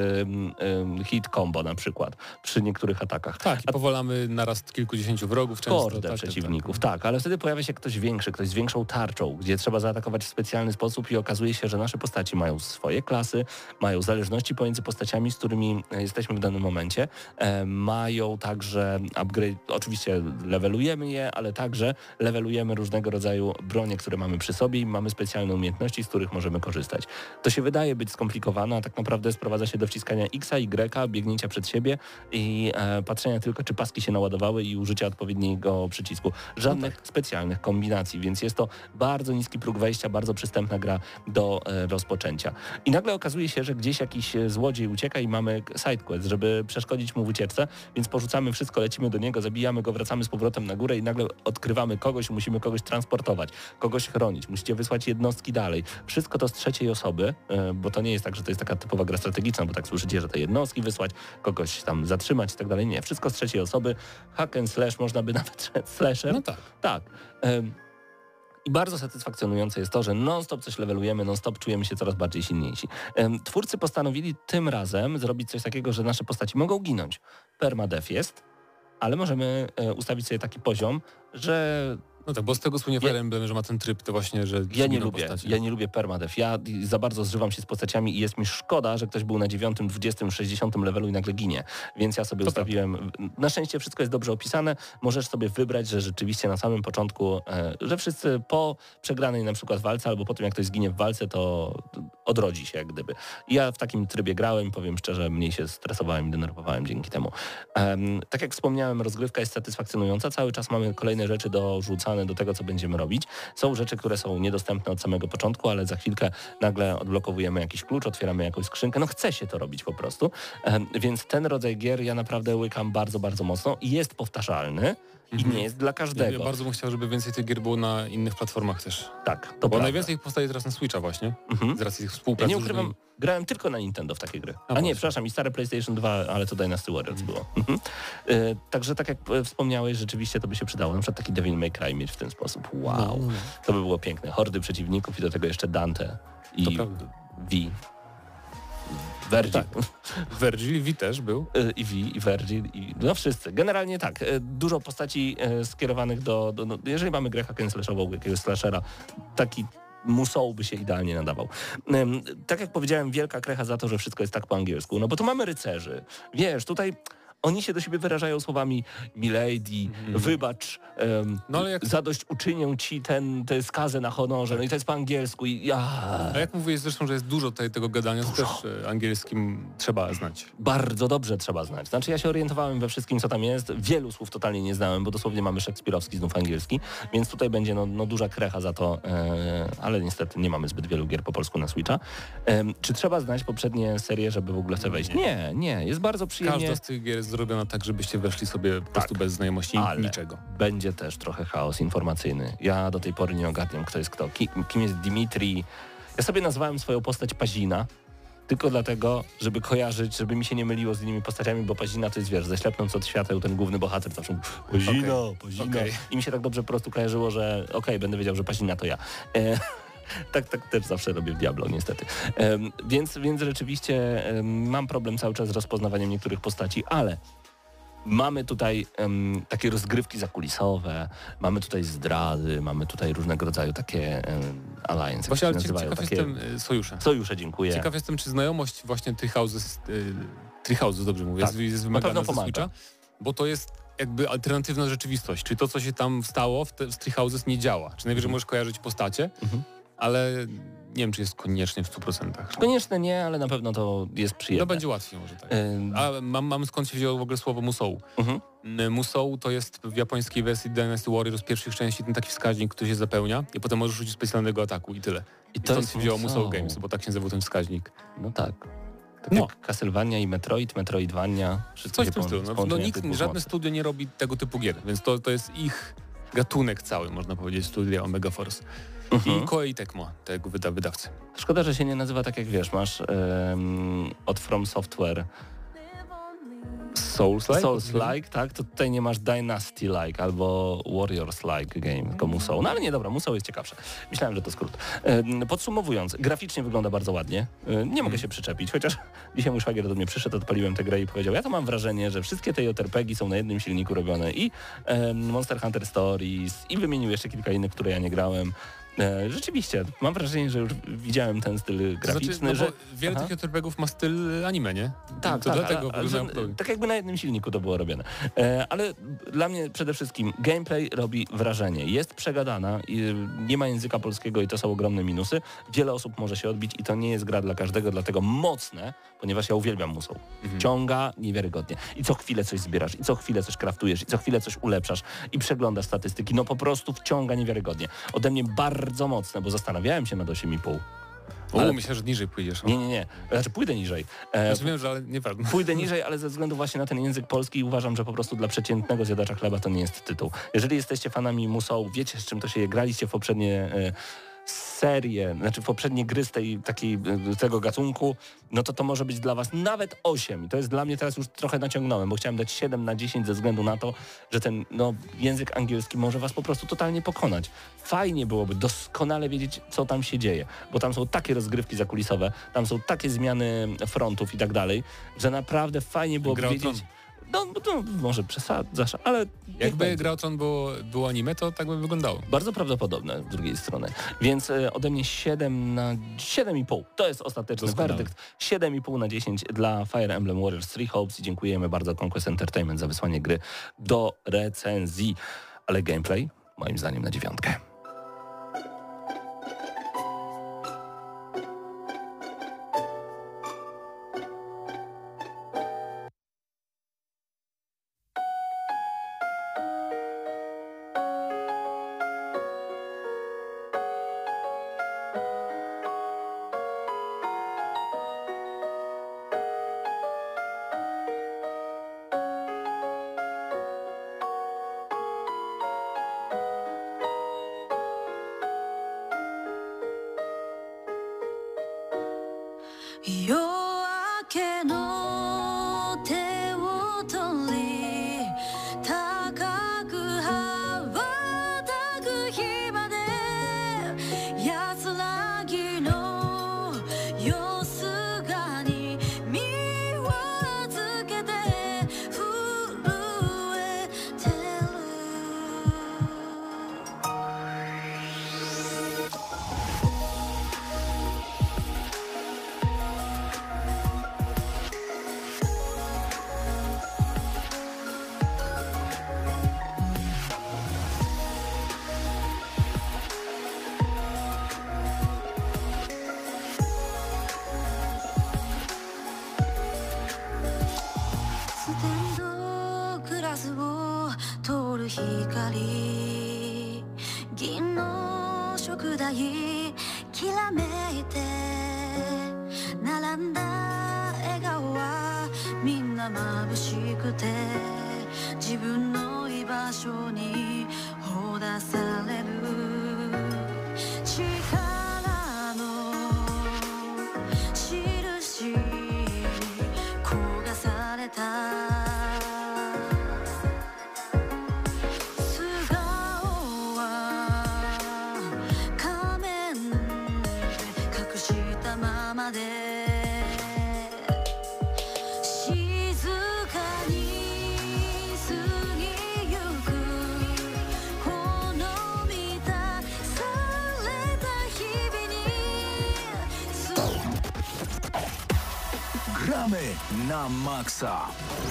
e, hit combo na przykład przy niektórych atakach. Tak, i powalamy naraz kilkudziesięciu wrogów często. Hordę tak, przeciwników, tak, tak, ale wtedy pojawia się ktoś większy, ktoś z większą tarczą, gdzie trzeba zaatakować w specjalny sposób i okazuje się, że nasze postaci mają swoje klasy, mają zależności pomiędzy postaciami, z którymi e, jesteśmy w danym momencie, e, mają także upgrade, oczywiście levelujemy je, ale także levelujemy różnego rodzaju bronie, które mamy przy sobie i mamy specjalne umiejętności, z których możemy korzystać. To się wydaje być skomplikowane, a tak naprawdę sprowadza się do wciskania X, Y, biegnięcia przed siebie i e, patrzenia tylko, czy paski się naładowały i użycia odpowiedniego przycisku. Żadnych specjalnych kombinacji, więc jest to bardzo niski próg wejścia, bardzo przystępna gra do e, rozpoczęcia. I nagle okazuje się, że gdzieś jakiś e, złodziej ucieka i mamy sidequest, żeby przeszkodzić mu w ucieczce, więc porzucamy wszystko, lecimy do niego, zabijamy go, wracamy z powrotem na górę i nagle odkrywamy kogoś, musimy kogoś transportować, kogoś chronić, musicie wysłać jednostki dalej. Wszystko to z trzeciej osoby, e, bo to nie jest tak, że to jest taka typowa gra strategiczna, bo tak słyszycie, że te jednostki wysłać, kogoś tam zatrzymać i tak dalej. Nie, wszystko z trzeciej osoby. Hack and slash, można by nawet slashem. No tak. Tak. Ym, I bardzo satysfakcjonujące jest to, że non-stop coś levelujemy, non-stop czujemy się coraz bardziej silniejsi. Ym, twórcy postanowili tym razem zrobić coś takiego, że nasze postaci mogą ginąć. Permadeath jest, ale możemy e, ustawić sobie taki poziom, że No tak, bo z tego słynie Fire Emblem, że ma ten tryb to właśnie, że ja nie giną lubię, postacie. ja nie lubię permadeath. Ja za bardzo zżywam się z postaciami i jest mi szkoda, że ktoś był na dziewiątym, dwudziestym, sześćdziesiątym levelu i nagle ginie. Więc ja sobie To ustawiłem, na szczęście wszystko jest dobrze opisane, możesz sobie wybrać, że rzeczywiście na samym początku, e, że wszyscy po przegranej na przykład walce albo po tym jak ktoś zginie w walce, to odrodzi się jak gdyby. I ja w takim trybie grałem, powiem szczerze, mniej się stresowałem i denerwowałem dzięki temu. Um, tak jak wspomniałem, rozgrywka jest satysfakcjonująca, cały czas mamy kolejne rzeczy dorzucane do tego, co będziemy robić. Są rzeczy, które są niedostępne od samego początku, ale za chwilkę nagle odblokowujemy jakiś klucz, otwieramy jakąś skrzynkę. No chce się to robić po prostu. Um, więc ten rodzaj gier ja naprawdę łykam bardzo, bardzo mocno i jest powtarzalny i nie jest dla Ja, każdego. ja bardzo bym chciał, żeby więcej tych gier było na innych platformach też. Tak, to Bo prawda. najwięcej ich powstaje teraz na Switcha właśnie, Mhm. z racji tych współprac Ja nie z ukrywam, różnymi- grałem tylko na Nintendo w takie gry. A, A, nie, właśnie. przepraszam, i stare PlayStation dwa, ale to Dynasty Warriors było. Mhm. E, także tak jak e, wspomniałeś, rzeczywiście to by się przydało. Na przykład taki Devil May Cry mieć w ten sposób. Wow. No, no. To by było piękne. Hordy przeciwników i do tego jeszcze Dante To i prawda. V. Virgil. Tak. Virgil V też był. E, I V, i Virgil, i no wszyscy. Generalnie tak, e, dużo postaci e, skierowanych do, do, do... Jeżeli mamy grę hack and slashową, jakiegoś slashera, taki Musou by się idealnie nadawał. Ym, tak jak powiedziałem, wielka krecha za to, że wszystko jest tak po angielsku. No bo tu mamy rycerzy. Wiesz, tutaj oni się do siebie wyrażają słowami milady, wybacz, ym, No ale jak- zadośćuczynię ci ten, tę skazę na honorze. No i to jest po angielsku i ja... A jak mówiłeś zresztą, że jest dużo tutaj tego gadania, to też e, angielskim trzeba znać. Bardzo dobrze trzeba znać. Znaczy ja się orientowałem we wszystkim, co tam jest. Wielu słów totalnie nie znałem, bo dosłownie mamy szekspirowski, znów angielski, więc tutaj będzie no, no duża krecha za to, e, ale niestety nie mamy zbyt wielu gier po polsku na Switcha. E, czy trzeba znać poprzednie serie, żeby w ogóle w to wejść? Nie, nie. Jest bardzo przyjemnie. Każda z tych gier jest zrobiona tak, żebyście weszli sobie po prostu bez znajomości ale niczego. będzie też trochę chaos informacyjny. Ja do tej pory nie ogarniam, kto jest kto. Kim, kim jest Dimitri? Ja sobie nazwałem swoją postać Pazina, tylko dlatego, żeby kojarzyć, żeby mi się nie myliło z innymi postaciami, bo Pazina to jest, wiesz, ześlepnąc od świateł ten główny bohater zawsze mówi Pazina, Okej, Pazina. okej. I mi się tak dobrze po prostu kojarzyło, że okej, okay, będę wiedział, że Pazina to ja. E, tak, tak też zawsze robię w Diablo, niestety. Um, więc, więc rzeczywiście um, mam problem cały czas z rozpoznawaniem niektórych postaci, ale mamy tutaj um, takie rozgrywki zakulisowe, mamy tutaj zdrady, mamy tutaj różnego rodzaju takie um, alliance, jak Właśnie, się ale nazywają, ciekaw takie jestem, e, sojusze. sojusze, dziękuję. Ciekaw jestem, czy znajomość właśnie tych houses, y, Tree Houses, dobrze mówię, Tak, jest, jest na wymagana pewno ze pomaga. Switcha, bo to jest jakby alternatywna rzeczywistość. Czy to, co się tam stało w, te, w Tree Houses nie działa. Czy najwyżej możesz kojarzyć postacie, Mhm. ale nie wiem, czy jest koniecznie w stu procentach. Koniecznie nie, ale na pewno to jest przyjemne. No będzie łatwiej może tak. Ym, A mam, mam skąd się wzięło w ogóle słowo Musou. mhm. Musou to jest w japońskiej wersji Dynasty Warriors z pierwszych części ten taki wskaźnik, który się zapełnia i potem możesz rzucić specjalnego ataku i tyle. I to stąd jest się wzięło Musou. Musou Games, bo tak się nazywał ten wskaźnik. No tak. Tak No. jak Castlevania i Metroid, Metroidvania, wszystko Coś się w tym połą- stylu. No, no połączenia nikt, typu żadne mocy. studio nie robi tego typu gier, więc to, to jest ich gatunek cały, można powiedzieć, studia Omega Force. Mhm. I Koei Tecmo, tego wyda, wydawcy. Szkoda, że się nie nazywa tak jak wiesz, masz um, od From Software Souls-like? Souls-like, tak? To tutaj nie masz Dynasty-like albo Warriors-like game, tylko Musou. No ale nie, dobra, Musou jest ciekawsze. Myślałem, że to skrót. Em, Podsumowując, graficznie wygląda bardzo ładnie. E, Nie mogę się przyczepić, chociaż dzisiaj mój szwagier do mnie przyszedł, odpaliłem tę grę i powiedział, ja to mam wrażenie, że wszystkie te J R P G są na jednym silniku robione i em, Monster Hunter Stories i wymienił jeszcze kilka innych, które ja nie grałem. E, Rzeczywiście, mam wrażenie, że już widziałem ten styl To znaczy, graficzny, no że... bo wiele Aha. tych J R P G-ów ma styl anime, nie? Tak, to tak, dlatego ale, ale, wyglądają że, podobnie. tak jakby na jednym silniku to było robione. E, ale dla mnie przede wszystkim gameplay robi wrażenie. Jest przegadana, i nie ma języka polskiego i to są ogromne minusy. Wiele osób może się odbić i to nie jest gra dla każdego, dlatego mocne, ponieważ ja uwielbiam Musou. Mhm. Ciąga niewiarygodnie. I co chwilę coś zbierasz, i co chwilę coś kraftujesz, i co chwilę coś ulepszasz i przeglądasz statystyki. No po prostu wciąga niewiarygodnie. Ode mnie bardzo mocne, bo zastanawiałem się nad osiem i pół. O, ale- myślę, że niżej pójdziesz. Nie, nie, nie. Znaczy pójdę niżej. E, Znaczy wiem, że ale nieważne. Pójdę niżej, ale ze względu właśnie na ten język polski uważam, że po prostu dla przeciętnego zjadacza chleba to nie jest tytuł. Jeżeli jesteście fanami Musou, wiecie z czym to się je, graliście w poprzednie e, serie, znaczy w poprzednie gry z tej, takiej, e, tego gatunku, no to to może być dla was nawet osiem. I to jest dla mnie teraz już trochę naciągnąłem, bo chciałem dać siedem na dziesięć ze względu na to, że ten no, język angielski może was po prostu totalnie pokonać. Fajnie byłoby doskonale wiedzieć, co tam się dzieje, bo tam są takie rozgrywki zakulisowe, tam są takie zmiany frontów i tak dalej, że naprawdę fajnie byłoby Gra o wiedzieć... Tron. No, no może przesadzasz, ale niech Jakby będzie. Gra o Tron było, było anime, to tak by wyglądało. Bardzo prawdopodobne z drugiej strony. Więc e, ode mnie siedem na siedem i pół. To jest ostateczny Doskonale. werdykt. siedem i pół na dziesięć dla Fire Emblem Warriors Three Hopes i dziękujemy bardzo Conquest Entertainment za wysłanie gry do recenzji. Ale gameplay moim zdaniem na dziewiątkę. 夜明けの手を取り高く羽ばたく日まで安らぎのよすがに身を預けて震えてるステンドグラスを通る光銀の食台きらめいて並んだ笑顔はみんな眩しくて自分の居場所にほだされる力の印に焦がされた素顔は仮面で隠したままで静かに過ぎゆくほの満たされた日々に Gramy na maksa.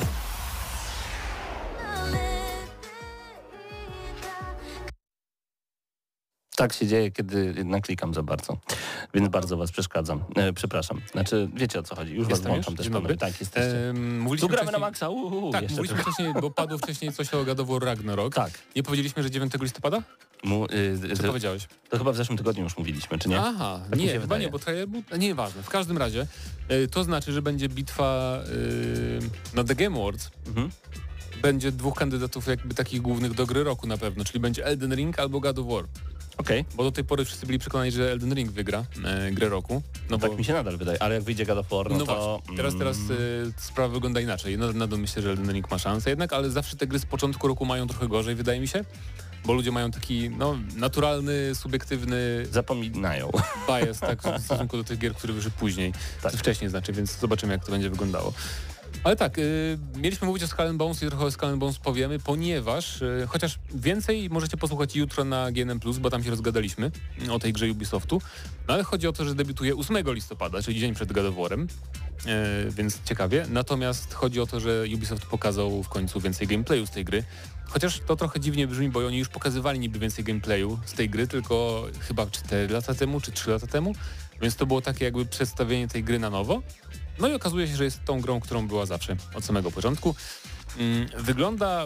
Tak się dzieje, kiedy naklikam za bardzo, więc bardzo was przeszkadzam. E, przepraszam. Znaczy, wiecie o co chodzi. Już was Jestem włączam już? też Dzień panowie. dobry. Tak, jesteście. Ehm, Tu mówiliśmy gramy na wcześniej- maksa. Uhu, Tak, jeszcze mówiliśmy trochę. wcześniej, bo padło wcześniej coś o God of War Ragnarok. Tak. Nie powiedzieliśmy, że dziewiątego listopada? Mu, y, Co y, powiedziałeś? to chyba w zeszłym tygodniu już mówiliśmy, czy nie? Aha, Tak mi nie, się chyba wydaje. nie, bo trailer był... Nieważne. W każdym razie y, to znaczy, że będzie bitwa y, na The Game Awards. Mhm. Będzie dwóch kandydatów jakby takich głównych do gry roku na pewno, czyli będzie Elden Ring albo God of War. Okej. Bo do tej pory wszyscy byli przekonani, że Elden Ring wygra e, grę roku. No bo Tak mi się nadal wydaje, ale jak wyjdzie God of War, no, No to... właśnie, teraz, teraz mm, y, sprawa wygląda inaczej. Nadal, nadal myślę, że Elden Ring ma szansę jednak, ale zawsze te gry z początku roku mają trochę gorzej, wydaje mi się, bo ludzie mają taki no, naturalny, subiektywny zapominają. bias tak, w stosunku do tych gier, które wyszły później, Tak. czy wcześniej znaczy, więc zobaczymy, jak to będzie wyglądało. Ale tak, y, mieliśmy mówić o Skull and Bones i trochę o Skull and Bones powiemy, ponieważ y, chociaż więcej możecie posłuchać jutro na G N M plus, bo tam się rozgadaliśmy o tej grze Ubisoftu, no ale chodzi o to, że debiutuje ósmego listopada, czyli dzień przed God of War'em, y, więc ciekawie. Natomiast chodzi o to, że Ubisoft pokazał w końcu więcej gameplayu z tej gry. Chociaż to trochę dziwnie brzmi, bo oni już pokazywali niby więcej gameplayu z tej gry, tylko chyba cztery lata temu, czy trzy lata temu, więc to było takie jakby przedstawienie tej gry na nowo. No i okazuje się, że jest tą grą, którą była zawsze, od samego początku. Mm, wygląda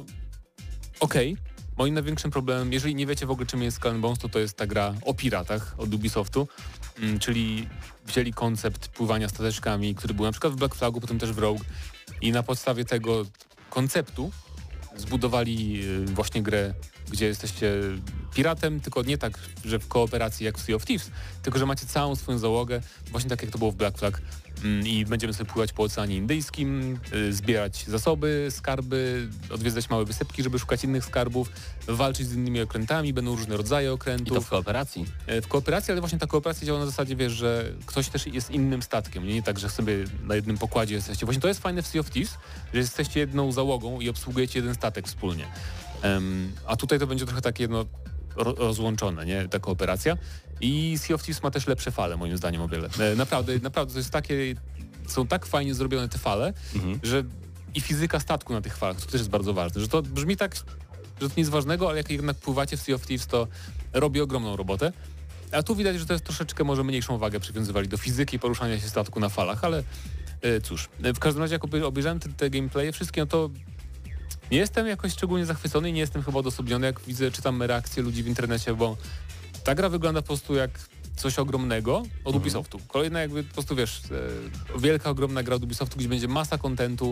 okej. Moim największym problemem, jeżeli nie wiecie w ogóle czym jest Skull and Bones, to to jest ta gra o piratach od Ubisoftu, mm, czyli wzięli koncept pływania stateczkami, który był na przykład w Black Flagu, potem też w Rogue i na podstawie tego konceptu zbudowali y, właśnie grę, gdzie jesteście piratem, tylko nie tak, że w kooperacji jak w Sea of Thieves, tylko że macie całą swoją załogę, właśnie tak jak to było w Black Flag mm, i będziemy sobie pływać po Oceanie Indyjskim, y, zbierać zasoby, skarby, odwiedzać małe wysepki, żeby szukać innych skarbów, walczyć z innymi okrętami, będą różne rodzaje I okrętów. to w kooperacji. E, W kooperacji, ale właśnie ta kooperacja działa na zasadzie, wiesz, że ktoś też jest innym statkiem, nie, nie tak, że sobie na jednym pokładzie jesteście. Właśnie to jest fajne w Sea of Thieves, że jesteście jedną załogą i obsługujecie jeden statek wspólnie. Um, a tutaj to będzie trochę takie no, ro rozłączone, nie, ta kooperacja. I Sea of Thieves ma też lepsze fale, moim zdaniem, o wiele. E, naprawdę, naprawdę to jest takie, są tak fajnie zrobione te fale, Mhm. że i fizyka statku na tych falach, to też jest bardzo ważne, że to brzmi tak, że to nic ważnego, ale jak jednak pływacie w Sea of Thieves, to robi ogromną robotę. A tu widać, że to jest troszeczkę może mniejszą wagę przywiązywali do fizyki poruszania się statku na falach, ale e, cóż. E, w każdym razie jak obej- obejrzałem te, te gameplaye wszystkie, no to nie jestem jakoś szczególnie zachwycony i nie jestem chyba odosobniony, jak widzę, czytam reakcje ludzi w internecie, bo ta gra wygląda po prostu jak coś ogromnego od Mhm. Ubisoftu. Kolejna jakby po prostu, wiesz, e, wielka, ogromna gra od Ubisoftu, gdzie będzie masa kontentu,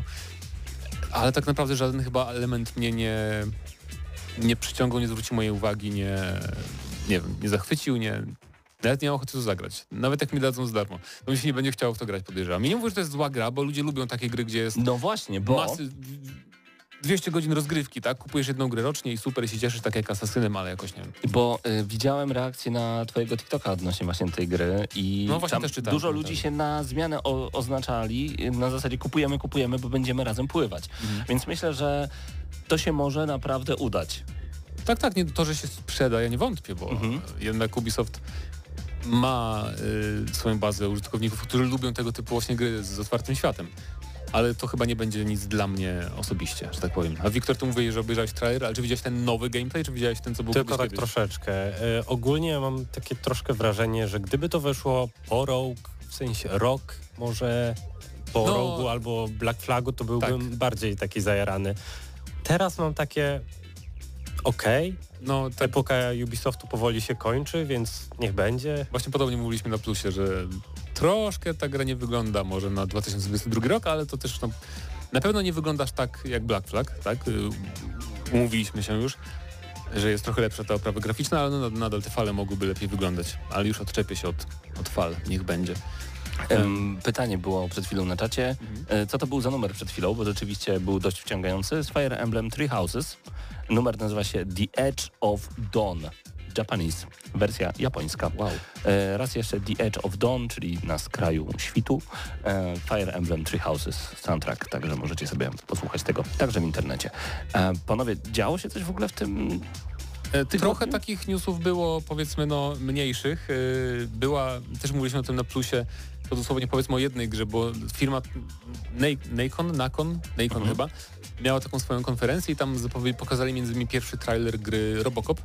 ale tak naprawdę żaden chyba element mnie nie, nie przyciągał, nie zwrócił mojej uwagi, nie, nie wiem, nie zachwycił, nie... Nawet nie mam ochoty to zagrać. Nawet jak mi dadzą za darmo. To mi się nie będzie chciało w to grać, podejrzewam. I nie mówię, że to jest zła gra, bo ludzie lubią takie gry, gdzie jest No właśnie, bo... masy, dwieście godzin rozgrywki, tak? Kupujesz jedną grę rocznie i super, i się cieszysz tak jak Asasynem, ale jakoś nie wiem. Bo y, widziałem reakcję na twojego TikToka odnośnie właśnie tej gry i No właśnie tam też czytałem, dużo tak. ludzi się na zmianę o, oznaczali na zasadzie kupujemy, kupujemy, bo będziemy razem pływać. Mhm. Więc myślę, że to się może naprawdę udać. Tak, tak, nie, to, że się sprzeda, ja nie wątpię, bo Mhm. jednak Ubisoft ma y, swoją bazę użytkowników, którzy lubią tego typu właśnie gry z otwartym światem. Ale to chyba nie będzie nic dla mnie osobiście, że tak powiem. A Wiktor, ty mówisz, że obejrzałeś trailer, ale czy widziałeś ten nowy gameplay, czy widziałeś ten, co był Tylko kiedyś? tak troszeczkę. E, ogólnie ja mam takie troszkę wrażenie, że gdyby to weszło po Rogue, w sensie rok, może po No. Rogu albo Black Flagu, to byłbym Tak. bardziej taki zajarany. Teraz mam takie okej, No tak, epoka Ubisoftu powoli się kończy, więc niech będzie. właśnie podobnie mówiliśmy na plusie, że troszkę ta gra nie wygląda może na dwa tysiące dwudziesty drugi rok, ale to też no, na pewno nie wyglądasz tak jak Black Flag, tak? Y, Umówiliśmy się już, że jest trochę lepsza ta oprawa graficzna, ale no, nadal te fale mogłyby lepiej wyglądać. Ale już odczepię się od, od fal, niech będzie. Em, Pytanie było przed chwilą na czacie. Mhm. E, Co to był za numer przed chwilą, bo rzeczywiście był dość wciągający. Z Fire Emblem Three Houses. Numer nazywa się The Edge of Dawn. Japanese, wersja japońska. Wow. E, raz jeszcze The Edge of Dawn, czyli na skraju świtu. E, Fire Emblem Three Houses soundtrack, także możecie sobie posłuchać tego także w internecie. E, panowie, działo się coś w ogóle w tym E, tygodniu? Trochę takich newsów było, powiedzmy, no mniejszych. E, Była, też mówiliśmy o tym na plusie, to dosłownie powiedzmy o jednej grze, bo firma Nacon, Nacon, Nacon Mhm. chyba, miała taką swoją konferencję i tam zapowie- pokazali między innymi pierwszy trailer gry Robocop,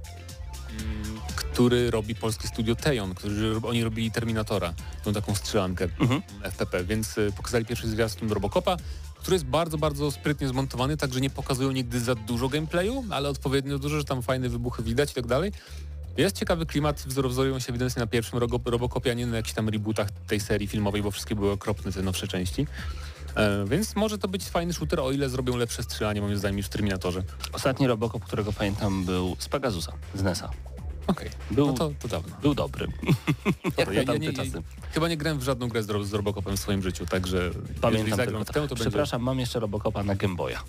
mm, który robi polskie studio Tejon, którzy oni robili Terminatora, tą taką strzelankę Mhm. F P P, więc y, pokazali pierwszy zwiastun Robocopa, który jest bardzo, bardzo sprytnie zmontowany, także nie pokazują nigdy za dużo gameplayu, ale odpowiednio dużo, że tam fajne wybuchy widać i tak dalej. Jest ciekawy klimat, wzor- wzorują się ewidentnie na pierwszym Rogo- Robocopie, a nie na jakichś tam rebootach tej serii filmowej, bo wszystkie były okropne, te nowsze części. E, więc może to być fajny shooter, o ile zrobią lepsze strzelanie, moim zdaniem, niż w Terminatorze. Ostatni Robocop, którego pamiętam, był z Pegasusa, z nesa. Okej, Był, no to, to dawno. był dobry. Jak Ja- na ja tamte nie- czasy. Chyba nie grałem w żadną grę z, Ro- z Robocopem w swoim życiu, także jeżeli Pamiętam zagram tylko w to. tę, to będzie... Przepraszam, mam jeszcze Robocopa na Game Boya.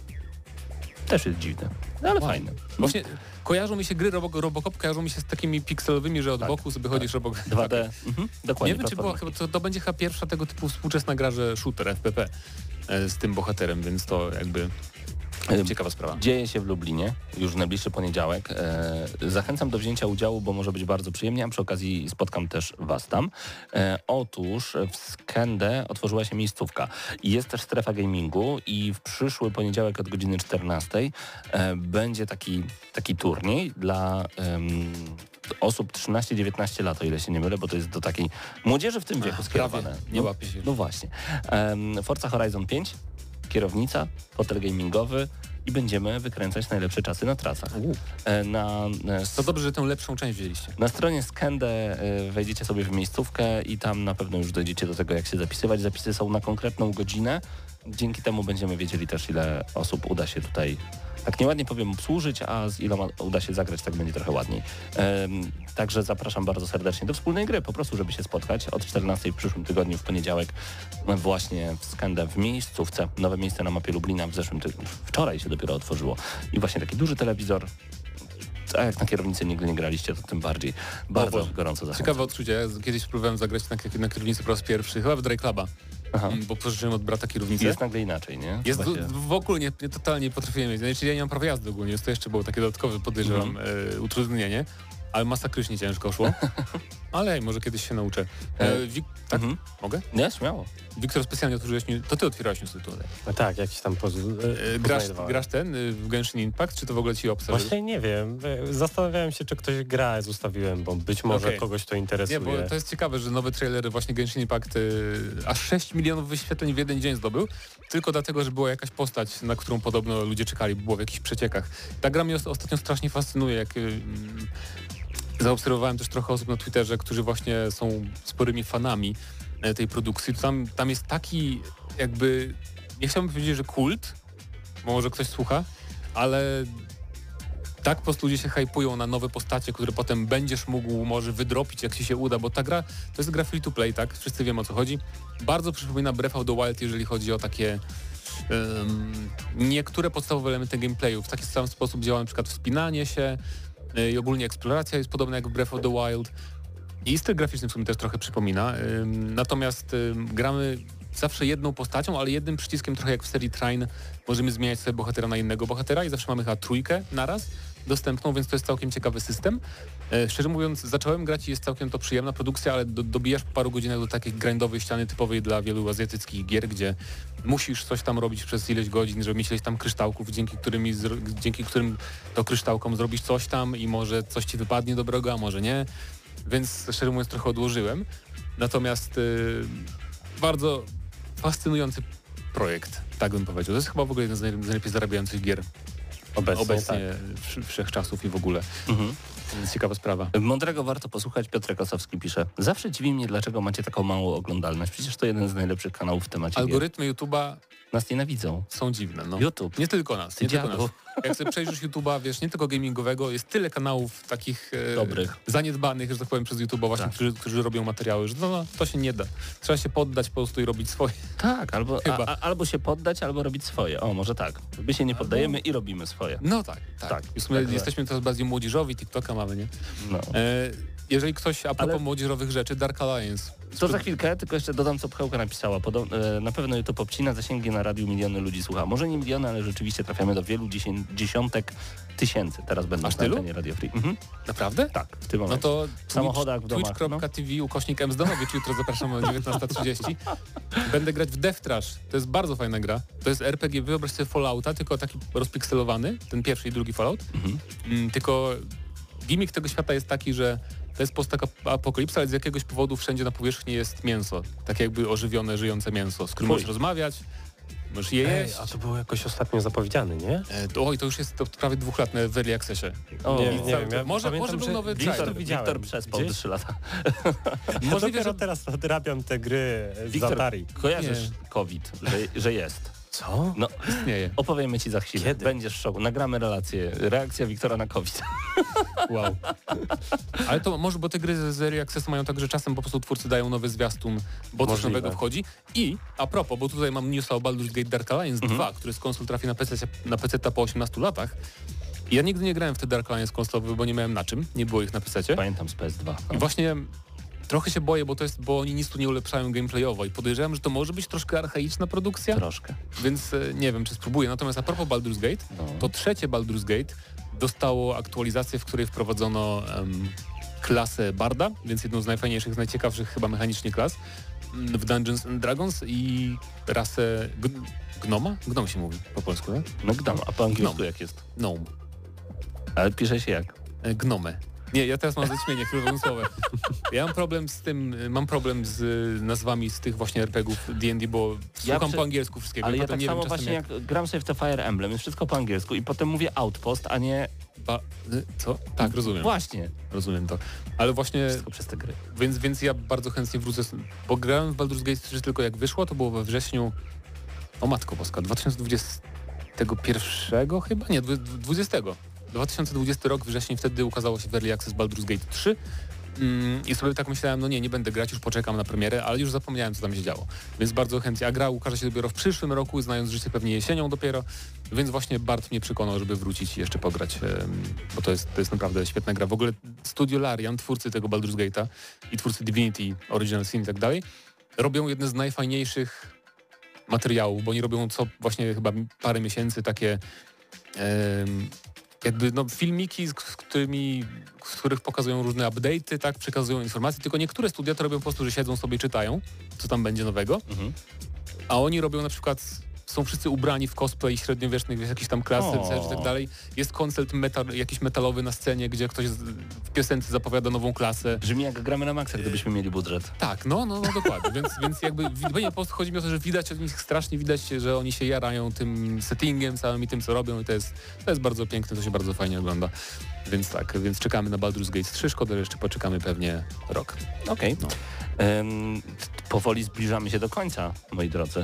Też jest dziwne, no, ale Wow. fajne. Właśnie kojarzą mi się gry Robo- Robocop, kojarzą mi się z takimi pikselowymi, że od Tak, boku sobie chodzisz Robo... dwa D. Mhm, dokładnie. Nie wiem, czy była, platforma. chyba to, to będzie chyba pierwsza tego typu współczesna gra, że shooter F P P e, z tym bohaterem, więc to jakby Ym, ciekawa sprawa. Dzieje się w Lublinie, już w najbliższy poniedziałek. E, zachęcam do wzięcia udziału, bo może być bardzo przyjemnie, a przy okazji spotkam też Was tam. E, otóż w Skendę otworzyła się miejscówka i jest też strefa gamingu i w przyszły poniedziałek od godziny czternastej e, będzie taki, taki turniej dla em, osób trzynaście dziewiętnaście lat, o ile się nie mylę, bo to jest do takiej młodzieży w tym wieku skierowane. prawie. Nie No, łapie się. No właśnie. Em, Forza Horizon pięć, kierownica, fotel gamingowy i będziemy wykręcać najlepsze czasy na trasach. E, Na, e, To dobrze, że tę lepszą część wzięliście. na stronie Skende e, wejdziecie sobie w miejscówkę i tam na pewno już dojdziecie do tego, jak się zapisywać. Zapisy są na konkretną godzinę. Dzięki temu będziemy wiedzieli też, ile osób uda się tutaj, tak nieładnie powiem, obsłużyć, a z iloma uda się zagrać, tak będzie trochę ładniej. Ehm, także zapraszam bardzo serdecznie do wspólnej gry, po prostu, żeby się spotkać od czternastej w przyszłym tygodniu w poniedziałek właśnie w Skendę w miejscówce. Nowe miejsce na mapie Lublina w zeszłym tygodniu, wczoraj się dopiero otworzyło. I właśnie taki duży telewizor. A jak na kierownicy nigdy nie graliście, to tym bardziej bardzo Boże. gorąco zachęcam. Ciekawe odczucie. Ja kiedyś próbowałem zagrać na, na kierownicy po raz pierwszy, chyba w Dry Cluba, Aha. mm, bo pożyczyłem od brata kierownicę. Jest nagle inaczej, nie? Jest Chyba się- w, w ogóle nie, nie, totalnie nie potrafiłem mieć. Znaczy ja nie mam prawa jazdy ogólnie, więc to jeszcze było takie dodatkowe, podejrzewam, Mhm. e, utrudnienie. Ale masakrycznie ciężko szło. Ale ej, może kiedyś się nauczę. E, Wik- tak? Mhm. Mogę? Nie, śmiało. Wiktor, specjalnie otworzyłeś mi... To ty otwierałeś newsy tutaj. A tak, jakiś tam poz... E, grasz, grasz ten y, w Genshin Impact, czy to w ogóle ci obsa? Właśnie nie wiem. E, Zastanawiałem się, czy ktoś gra, zostawiłem, bo być może Okej. kogoś to Nie, interesuje. bo to jest ciekawe, że nowy trailer właśnie Genshin Impact y, aż sześć milionów wyświetleń w jeden dzień zdobył, tylko dlatego, że była jakaś postać, na którą podobno ludzie czekali, było w jakichś przeciekach. Ta gra mnie os- ostatnio strasznie fascynuje, jak y, mm, zaobserwowałem też trochę osób na Twitterze, którzy właśnie są sporymi fanami e, tej produkcji. Tam, tam jest taki jakby, nie chciałbym powiedzieć, że kult, bo może ktoś słucha, ale tak po prostu ludzie się hypują na nowe postacie, które potem będziesz mógł może wydropić, jak ci się uda, bo ta gra to jest gra free to play, tak? Wszyscy wiemy, o co chodzi. Bardzo przypomina Breath of the Wild, jeżeli chodzi o takie um, niektóre podstawowe elementy gameplayu. W taki sam sposób działa na przykład wspinanie się yy, i ogólnie eksploracja jest podobna jak w Breath of the Wild. I styl graficzny w sumie też trochę przypomina. Yy, natomiast yy, gramy zawsze jedną postacią, ale jednym przyciskiem, trochę jak w serii Trine, możemy zmieniać sobie bohatera na innego bohatera i zawsze mamy chyba trójkę naraz dostępną, więc to jest całkiem ciekawy system. E, szczerze mówiąc, zacząłem grać i jest całkiem to przyjemna produkcja, ale do, dobijasz po paru godzinach do takiej grindowej ściany typowej dla wielu azjatyckich gier, gdzie musisz coś tam robić przez ileś godzin, żeby mieć ileś tam kryształków, dzięki, którymi, dzięki którym to kryształkom zrobisz coś tam i może coś ci wypadnie dobrego, a może nie. Więc szczerze mówiąc trochę odłożyłem. Natomiast y, bardzo fascynujący projekt, tak bym powiedział. To jest chyba w ogóle jeden z najlepiej zarabiających gier Obecnie, obecnie tak. wszechczasów i w ogóle. Mhm. Więc ciekawa sprawa. Mądrego warto posłuchać. Piotr Kosowski pisze: zawsze dziwi mnie, dlaczego macie taką małą oglądalność. Przecież to jeden z najlepszych kanałów w temacie gier. Algorytmy YouTube'a Nas nienawidzą. są dziwne. No. YouTube. Nie tylko nas, nie tylko Dziadu. nas. Jak sobie przejrzysz YouTube'a, wiesz, nie tylko gamingowego, jest tyle kanałów takich e, Dobrych. zaniedbanych, że tak powiem, przez YouTube'a właśnie, Tak. którzy, którzy robią materiały, że no, no, to się nie da. Trzeba się poddać po prostu i robić swoje. Tak, albo, Chyba. a, a, albo się poddać, albo robić swoje. O, może tak. My się nie poddajemy i robimy swoje. No tak, tak. Tak, I w sumie tak, jesteśmy coraz bardziej młodzieżowi, TikToka mamy, nie? No. E, jeżeli ktoś, a propos Ale- młodzieżowych rzeczy, Dark Alliance. To za chwilkę, tylko jeszcze dodam, co Pchełka napisała. Podob- e, na pewno YouTube obcina zasięgi, na radiu miliony ludzi słucha. Może nie miliony, ale rzeczywiście trafiamy do wielu dziesię- dziesiątek tysięcy. Teraz będą Aż na tylu? antenie Radio Free. Mhm. Naprawdę? Tak, w tym No momencie. to W samochodach, w domach, twitch.tv ukośnik Mzdanowicz. Jutro zapraszamy o dziewiętnasta trzydzieści. Będę grać w Death Trash. To jest bardzo fajna gra. To jest R P G. Wyobraź sobie Fallouta, tylko taki rozpikselowany. Ten pierwszy i drugi Fallout. Mhm. Mm, tylko gimmick tego świata jest taki, że to jest postapokalipsa, ale z jakiegoś powodu wszędzie na powierzchni jest mięso. Tak jakby ożywione, żyjące mięso, z którym Fuj. możesz rozmawiać, możesz je Ej, jeść. a to było jakoś ostatnio zapowiedziane, nie? E, to- Oj, to już jest od prawie dwóch lat na w Early Accessie. O, nie, I nie cały- wiem, ja może, pamiętam, może był że nowy Wiktor trailer. widziałem. Wiktor przespał Gdzieś? trzy lata. Możliwe, Dopiero że... teraz odrabiam te gry z Wiktor, Atari. kojarzysz Nie. COVID, że, że jest. Co? No, istnieje. opowiemy ci za chwilę. Kiedy? Będziesz w szoku. Nagramy relację. Reakcja Wiktora na COVID. Wow. Ale to może, bo te gry z Early Access mają tak, że czasem po prostu twórcy dają nowy zwiastun, bo coś Możliwe. nowego wchodzi. I, a propos, bo tutaj mam newsa o Baldur's Gate Dark Alliance Mhm. dwa, który z konsol trafi na P C, na P C po osiemnastu latach. I ja nigdy nie grałem w te Dark Alliance konsolowe, bo nie miałem na czym, nie było ich na P C. Pamiętam z P S dwa. I właśnie trochę się boję, bo to jest, bo oni nic tu nie ulepszają gameplayowo i podejrzewam, że to może być troszkę archaiczna produkcja, Troszkę. więc e, nie wiem, czy spróbuję. Natomiast a propos Baldur's Gate, No. to trzecie Baldur's Gate dostało aktualizację, w której wprowadzono em, klasę Barda, więc jedną z najfajniejszych, z najciekawszych chyba mechanicznie klas mm, w Dungeons and Dragons i rasę gn- Gnoma? Gnom się mówi po polsku, tak? No gnom, a po angielsku Gnom. jak jest? Gnome. Ale pisze się jak? E, Gnome. Nie, ja teraz mam zaćmienie chwilową Ja mam problem z tym, e, mam problem z e, nazwami z tych właśnie er pe gie ów D and D, bo słucham prze- po angielsku wszystkiego. Ale i ja potem tak nie samo wiem czasem właśnie jak... gram sobie w te Fire Emblem, jest wszystko po angielsku i potem mówię outpost, a nie... Ba... y, Co? Tak, rozumiem. Właśnie. Rozumiem to. Ale właśnie, Wszystko przez te gry. więc, więc ja bardzo chętnie wrócę, z- bo grałem w Baldur's Gate trzy tylko jak wyszło, to było we wrześniu, o matko boska, dwa tysiące dwudziestego pierwszego chyba? Nie, dwudziestego. dwa tysiące dwudziesty rok, wrześniu, wtedy ukazało się w Early Access Baldur's Gate trzy. Mm, I sobie tak myślałem, no nie, nie będę grać, już poczekam na premierę, ale już zapomniałem, co tam się działo. Więc bardzo chętnie, a gra ukaże się dopiero w przyszłym roku, znając życie pewnie jesienią dopiero, więc właśnie Bart mnie przekonał, żeby wrócić i jeszcze pograć, em, bo to jest, to jest naprawdę świetna gra. W ogóle Studio Larian, twórcy tego Baldur's Gate'a i twórcy Divinity, Original Sin i tak dalej, robią jedne z najfajniejszych materiałów, bo oni robią co właśnie chyba parę miesięcy takie em, jakby no, filmiki, z, z którymi, z których pokazują różne update'y, tak, przekazują informacje, tylko niektóre studia to robią po prostu, że siedzą sobie, czytają, co tam będzie nowego, Mhm. a oni robią na przykład, są wszyscy ubrani w cosplay średniowiecznych, wiesz, jakieś tam klasy, O. rycerzy i tak dalej. Jest koncert metal, jakiś metalowy na scenie, gdzie ktoś z, w piosence zapowiada nową klasę. Brzmi jak gramy na maksa, gdybyśmy mieli budżet. Tak, no, no, no dokładnie, więc, więc jakby wi- po prostu chodzi mi o to, że widać od nich strasznie, widać, że oni się jarają tym settingiem całym i tym, co robią i to jest, to jest bardzo piękne, to się bardzo fajnie ogląda. Więc tak, więc czekamy na Baldur's Gate trzy, szkoda, że jeszcze poczekamy pewnie rok. Okej. No. Em, t- powoli zbliżamy się do końca, moi drodzy.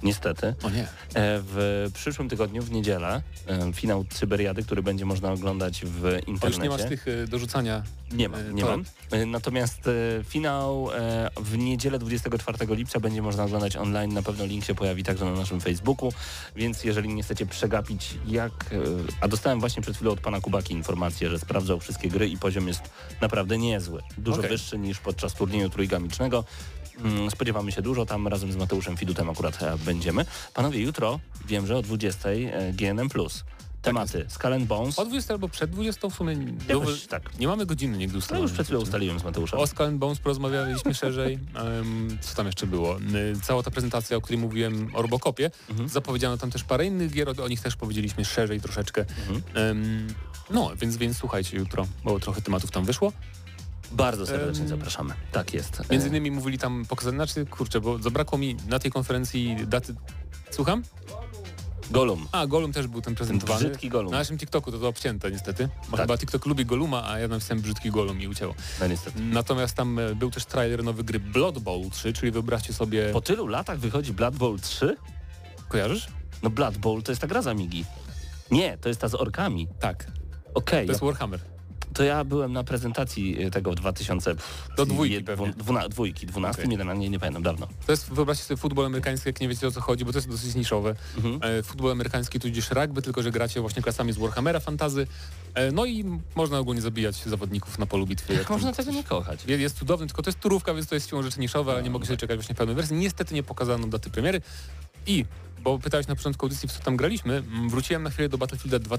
Niestety. O nie. W przyszłym tygodniu, w niedzielę, finał Cyberiady, który będzie można oglądać w internecie. O, już nie masz tych do rzucania? Nie mam, nie mam. Natomiast finał w niedzielę dwudziestego czwartego lipca będzie można oglądać online. Na pewno link się pojawi także na naszym Facebooku, więc jeżeli nie chcecie przegapić jak... A dostałem właśnie przed chwilą od pana Kubaki informację, że sprawdzał wszystkie gry i poziom jest naprawdę niezły. Dużo okay. wyższy niż podczas turnieju trójgamicznego. Spodziewamy się dużo, tam razem z Mateuszem Fidutem akurat będziemy. Panowie, jutro wiem, że o dwudziestej G N M plus. Tematy tak Skull and Bones. O dwudziestej albo przed dwudziestą w sumie. Jakoś, tak. Nie mamy godziny nigdy ustalonej. No już przed chwilą ustaliłem z Mateuszem. O Skull and Bones porozmawialiśmy szerzej. Um, co tam jeszcze było? Cała ta prezentacja, o której mówiłem, o Robocopie. Mhm. Zapowiedziano tam też parę innych gier, o nich też powiedzieliśmy szerzej troszeczkę. Mhm. Um, no, więc, więc słuchajcie jutro, bo trochę tematów tam wyszło. Bardzo serdecznie um, zapraszamy. Tak jest. Między innymi mówili tam, pokazane, znaczy kurczę, bo zabrakło mi na tej konferencji daty... Słucham? Golum. A, Golum też był ten prezentowany. Brzydki Golum. Na naszym TikToku to to obcięte niestety. Bo tak. Chyba TikTok lubi Goluma, a ja napisałem brzydki Golum i ucięło. No niestety. Natomiast tam był też trailer nowej gry Blood Bowl trzy, czyli wyobraźcie sobie... Po tylu latach wychodzi Blood Bowl trzy? Kojarzysz? No Blood Bowl to jest ta gra z Amigi. Nie, to jest ta z orkami. Tak. Okej. Okay, to jest ja... Warhammer. To ja byłem na prezentacji tego w dwa tysiące... Do dwójki pewnie. Dwuna, dwójki, dwunastym, okay. jedenastym, nie, nie pamiętam, dawno. To jest, wyobraźcie sobie, futbol amerykański, jak nie wiecie o co chodzi, bo to jest dosyć niszowe. Mhm. E, futbol amerykański tudzież rugby, tylko że gracie właśnie klasami z Warhammera, fantazy. E, no i można ogólnie zabijać zawodników na polu bitwy. Jak można tego nie kochać. Jest, jest cudowny, tylko to jest turówka, więc to jest siłą rzeczy niszowe, ale nie mogę się czekać właśnie pełnej wersji. Niestety nie pokazano daty premiery. I, bo pytałeś na początku audycji, w co tam graliśmy, wróciłem na chwilę do Battlefielda dwa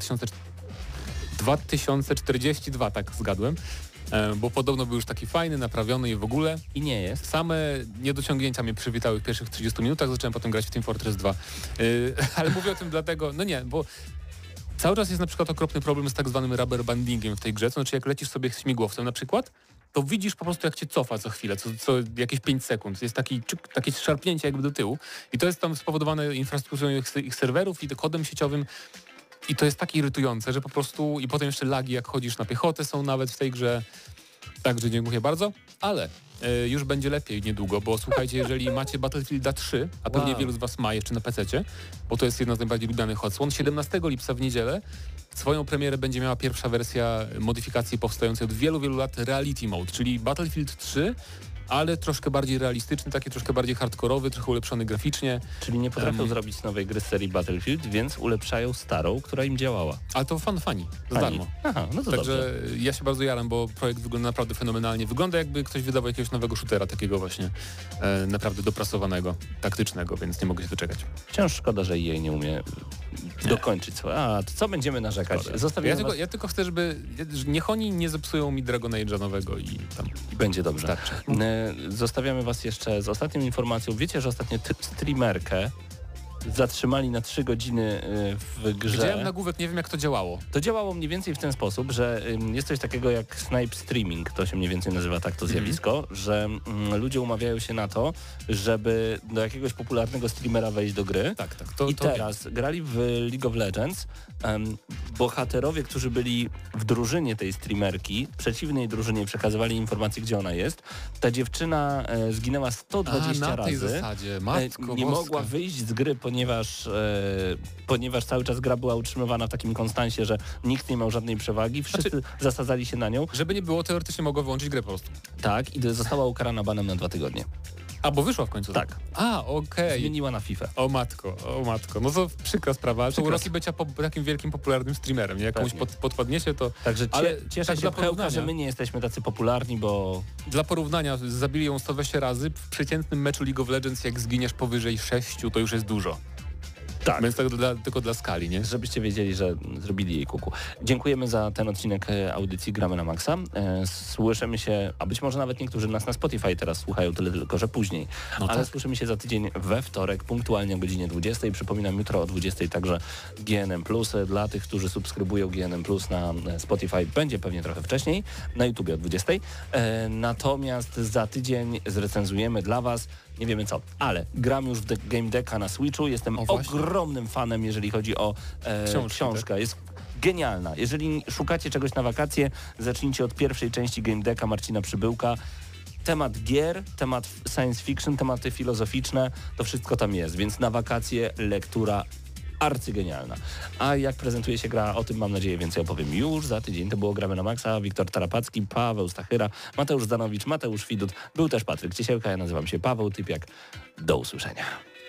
tysiące czterdzieści dwa, tak zgadłem, bo podobno był już taki fajny, naprawiony i w ogóle. I nie jest. Same niedociągnięcia mnie przywitały w pierwszych trzydziestu minutach, zacząłem potem grać w Team Fortress dwa. Yy, ale mówię o tym dlatego, no nie, bo cały czas jest na przykład okropny problem z tak zwanym rubber bandingiem w tej grze, to znaczy jak lecisz sobie śmigłowcem na przykład, to widzisz po prostu jak cię cofa co chwilę, co, co jakieś pięć sekund. Jest taki, takie szarpnięcie jakby do tyłu i to jest tam spowodowane infrastrukturą ich, ich serwerów i kodem sieciowym. I to jest tak irytujące, że po prostu... I potem jeszcze lagi, jak chodzisz na piechotę, są nawet w tej grze. Także dziękuję bardzo. Ale y, już będzie lepiej niedługo, bo słuchajcie, jeżeli macie Battlefielda trzy, a pewnie wow. wielu z was ma jeszcze na pececie, bo to jest jedna z najbardziej lubianych odsłon, siedemnastego lipca w niedzielę swoją premierę będzie miała pierwsza wersja modyfikacji powstającej od wielu, wielu lat Reality Mode, czyli Battlefield trzy, ale troszkę bardziej realistyczny, taki troszkę bardziej hardkorowy, trochę ulepszony graficznie. Czyli nie potrafią um, zrobić nowej gry z serii Battlefield, więc ulepszają starą, która im działała. Ale to fan fani, za darmo. Aha, no to Także dobrze. Ja się bardzo jaram, bo projekt wygląda naprawdę fenomenalnie. Wygląda jakby ktoś wydawał jakiegoś nowego shootera, takiego właśnie e, naprawdę dopracowanego, taktycznego, więc nie mogę się doczekać. Wciąż szkoda, że jej nie umie nie. dokończyć. A, to co będziemy narzekać? Ja tylko, ja tylko chcę, żeby niech oni nie zepsują mi Dragon Age'a nowego i tam... I będzie dobrze. Starczy. Zostawiamy was jeszcze z ostatnią informacją. Wiecie, że ostatnio t- streamerkę zatrzymali na trzy godziny w grze. Widziałem nagłówek, nie wiem jak to działało. To działało mniej więcej w ten sposób, że jest coś takiego jak snipe streaming, to się mniej więcej nazywa tak to zjawisko, mm. że mm, ludzie umawiają się na to, żeby do jakiegoś popularnego streamera wejść do gry. Tak, tak. To, I to teraz wiem. grali w League of Legends. Um, bohaterowie, którzy byli w drużynie tej streamerki, przeciwnej drużynie przekazywali informacje, gdzie ona jest. Ta dziewczyna e, zginęła sto dwadzieścia A, na razy. tej zasadzie. Matko e, nie boska. mogła wyjść z gry, ponieważ, e, ponieważ cały czas gra była utrzymywana w takim konstansie, że nikt nie miał żadnej przewagi. Wszyscy znaczy, zasadzali się na nią. Żeby nie było, teoretycznie mogła wyłączyć grę po prostu. Tak, i została ukarana banem na dwa tygodnie. A, bo wyszła w końcu. Tak. A, okej. Okay. Zmieniła na FIFA. O matko, o matko. No to przykra sprawa, ale to uroki bycia po, takim wielkim, popularnym streamerem, nie? Jak komuś pod, podpadniecie, to... Także cie, ale cieszę tak się Pchełka, że my nie jesteśmy tacy popularni, bo... Dla porównania, zabili ją sto dwadzieścia razy. W przeciętnym meczu League of Legends, jak zginiesz powyżej sześciu, to już jest dużo. Tak. Więc tak dla, tylko dla skali, nie? Żebyście wiedzieli, że zrobili jej kuku. Dziękujemy za ten odcinek audycji Gramy na Maxa. Słyszymy się, a być może nawet niektórzy nas na Spotify teraz słuchają, tyle tylko, że później. No ale tak. Słyszymy się za tydzień we wtorek, punktualnie o godzinie dwudziestej. Przypominam, jutro o dwudziestej także G N M plus. Dla tych, którzy subskrybują G N M plus na Spotify, będzie pewnie trochę wcześniej, na YouTubie o dwudziestej. Natomiast za tydzień zrecenzujemy dla Was nie wiemy co, ale gram już w de- Game Decka na Switchu, jestem ogromnym fanem, jeżeli chodzi o e, Książki, książkę. Tak? Jest genialna. Jeżeli szukacie czegoś na wakacje, zacznijcie od pierwszej części Game Decka Marcina Przybyłka. temat gier, temat science fiction, tematy filozoficzne, to wszystko tam jest, więc na wakacje lektura arcygenialna. A jak prezentuje się gra, o tym mam nadzieję więcej opowiem już za tydzień. To było Gramy na Maxa, Wiktor Tarapacki, Paweł Stachyra, Mateusz Zdanowicz, Mateusz Widut, był też Patryk Ciesielka, ja nazywam się Paweł Typiak. Do usłyszenia.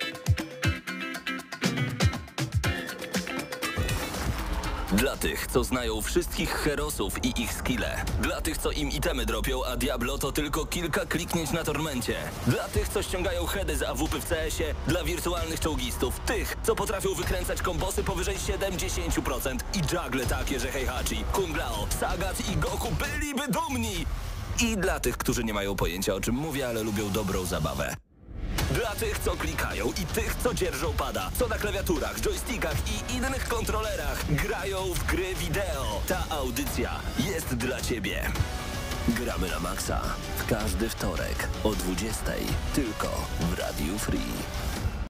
Dla tych, co znają wszystkich herosów i ich skille. Dla tych, co im itemy dropią, a Diablo to tylko kilka kliknięć na tormencie. Dla tych, co ściągają heady z A W P w C S-ie. Dla wirtualnych czołgistów. Tych, co potrafią wykręcać kombosy powyżej siedemdziesiąt procent. I juggle takie, że Heihachi, Kung Lao, Sagat i Goku byliby dumni. I dla tych, którzy nie mają pojęcia, o czym mówię, ale lubią dobrą zabawę. Dla tych, co klikają i tych, co dzierżą pada, co na klawiaturach, joystickach i innych kontrolerach grają w gry wideo. Ta audycja jest dla Ciebie. Gramy na Maxa w każdy wtorek o dwudziestej tylko w Radiu Free.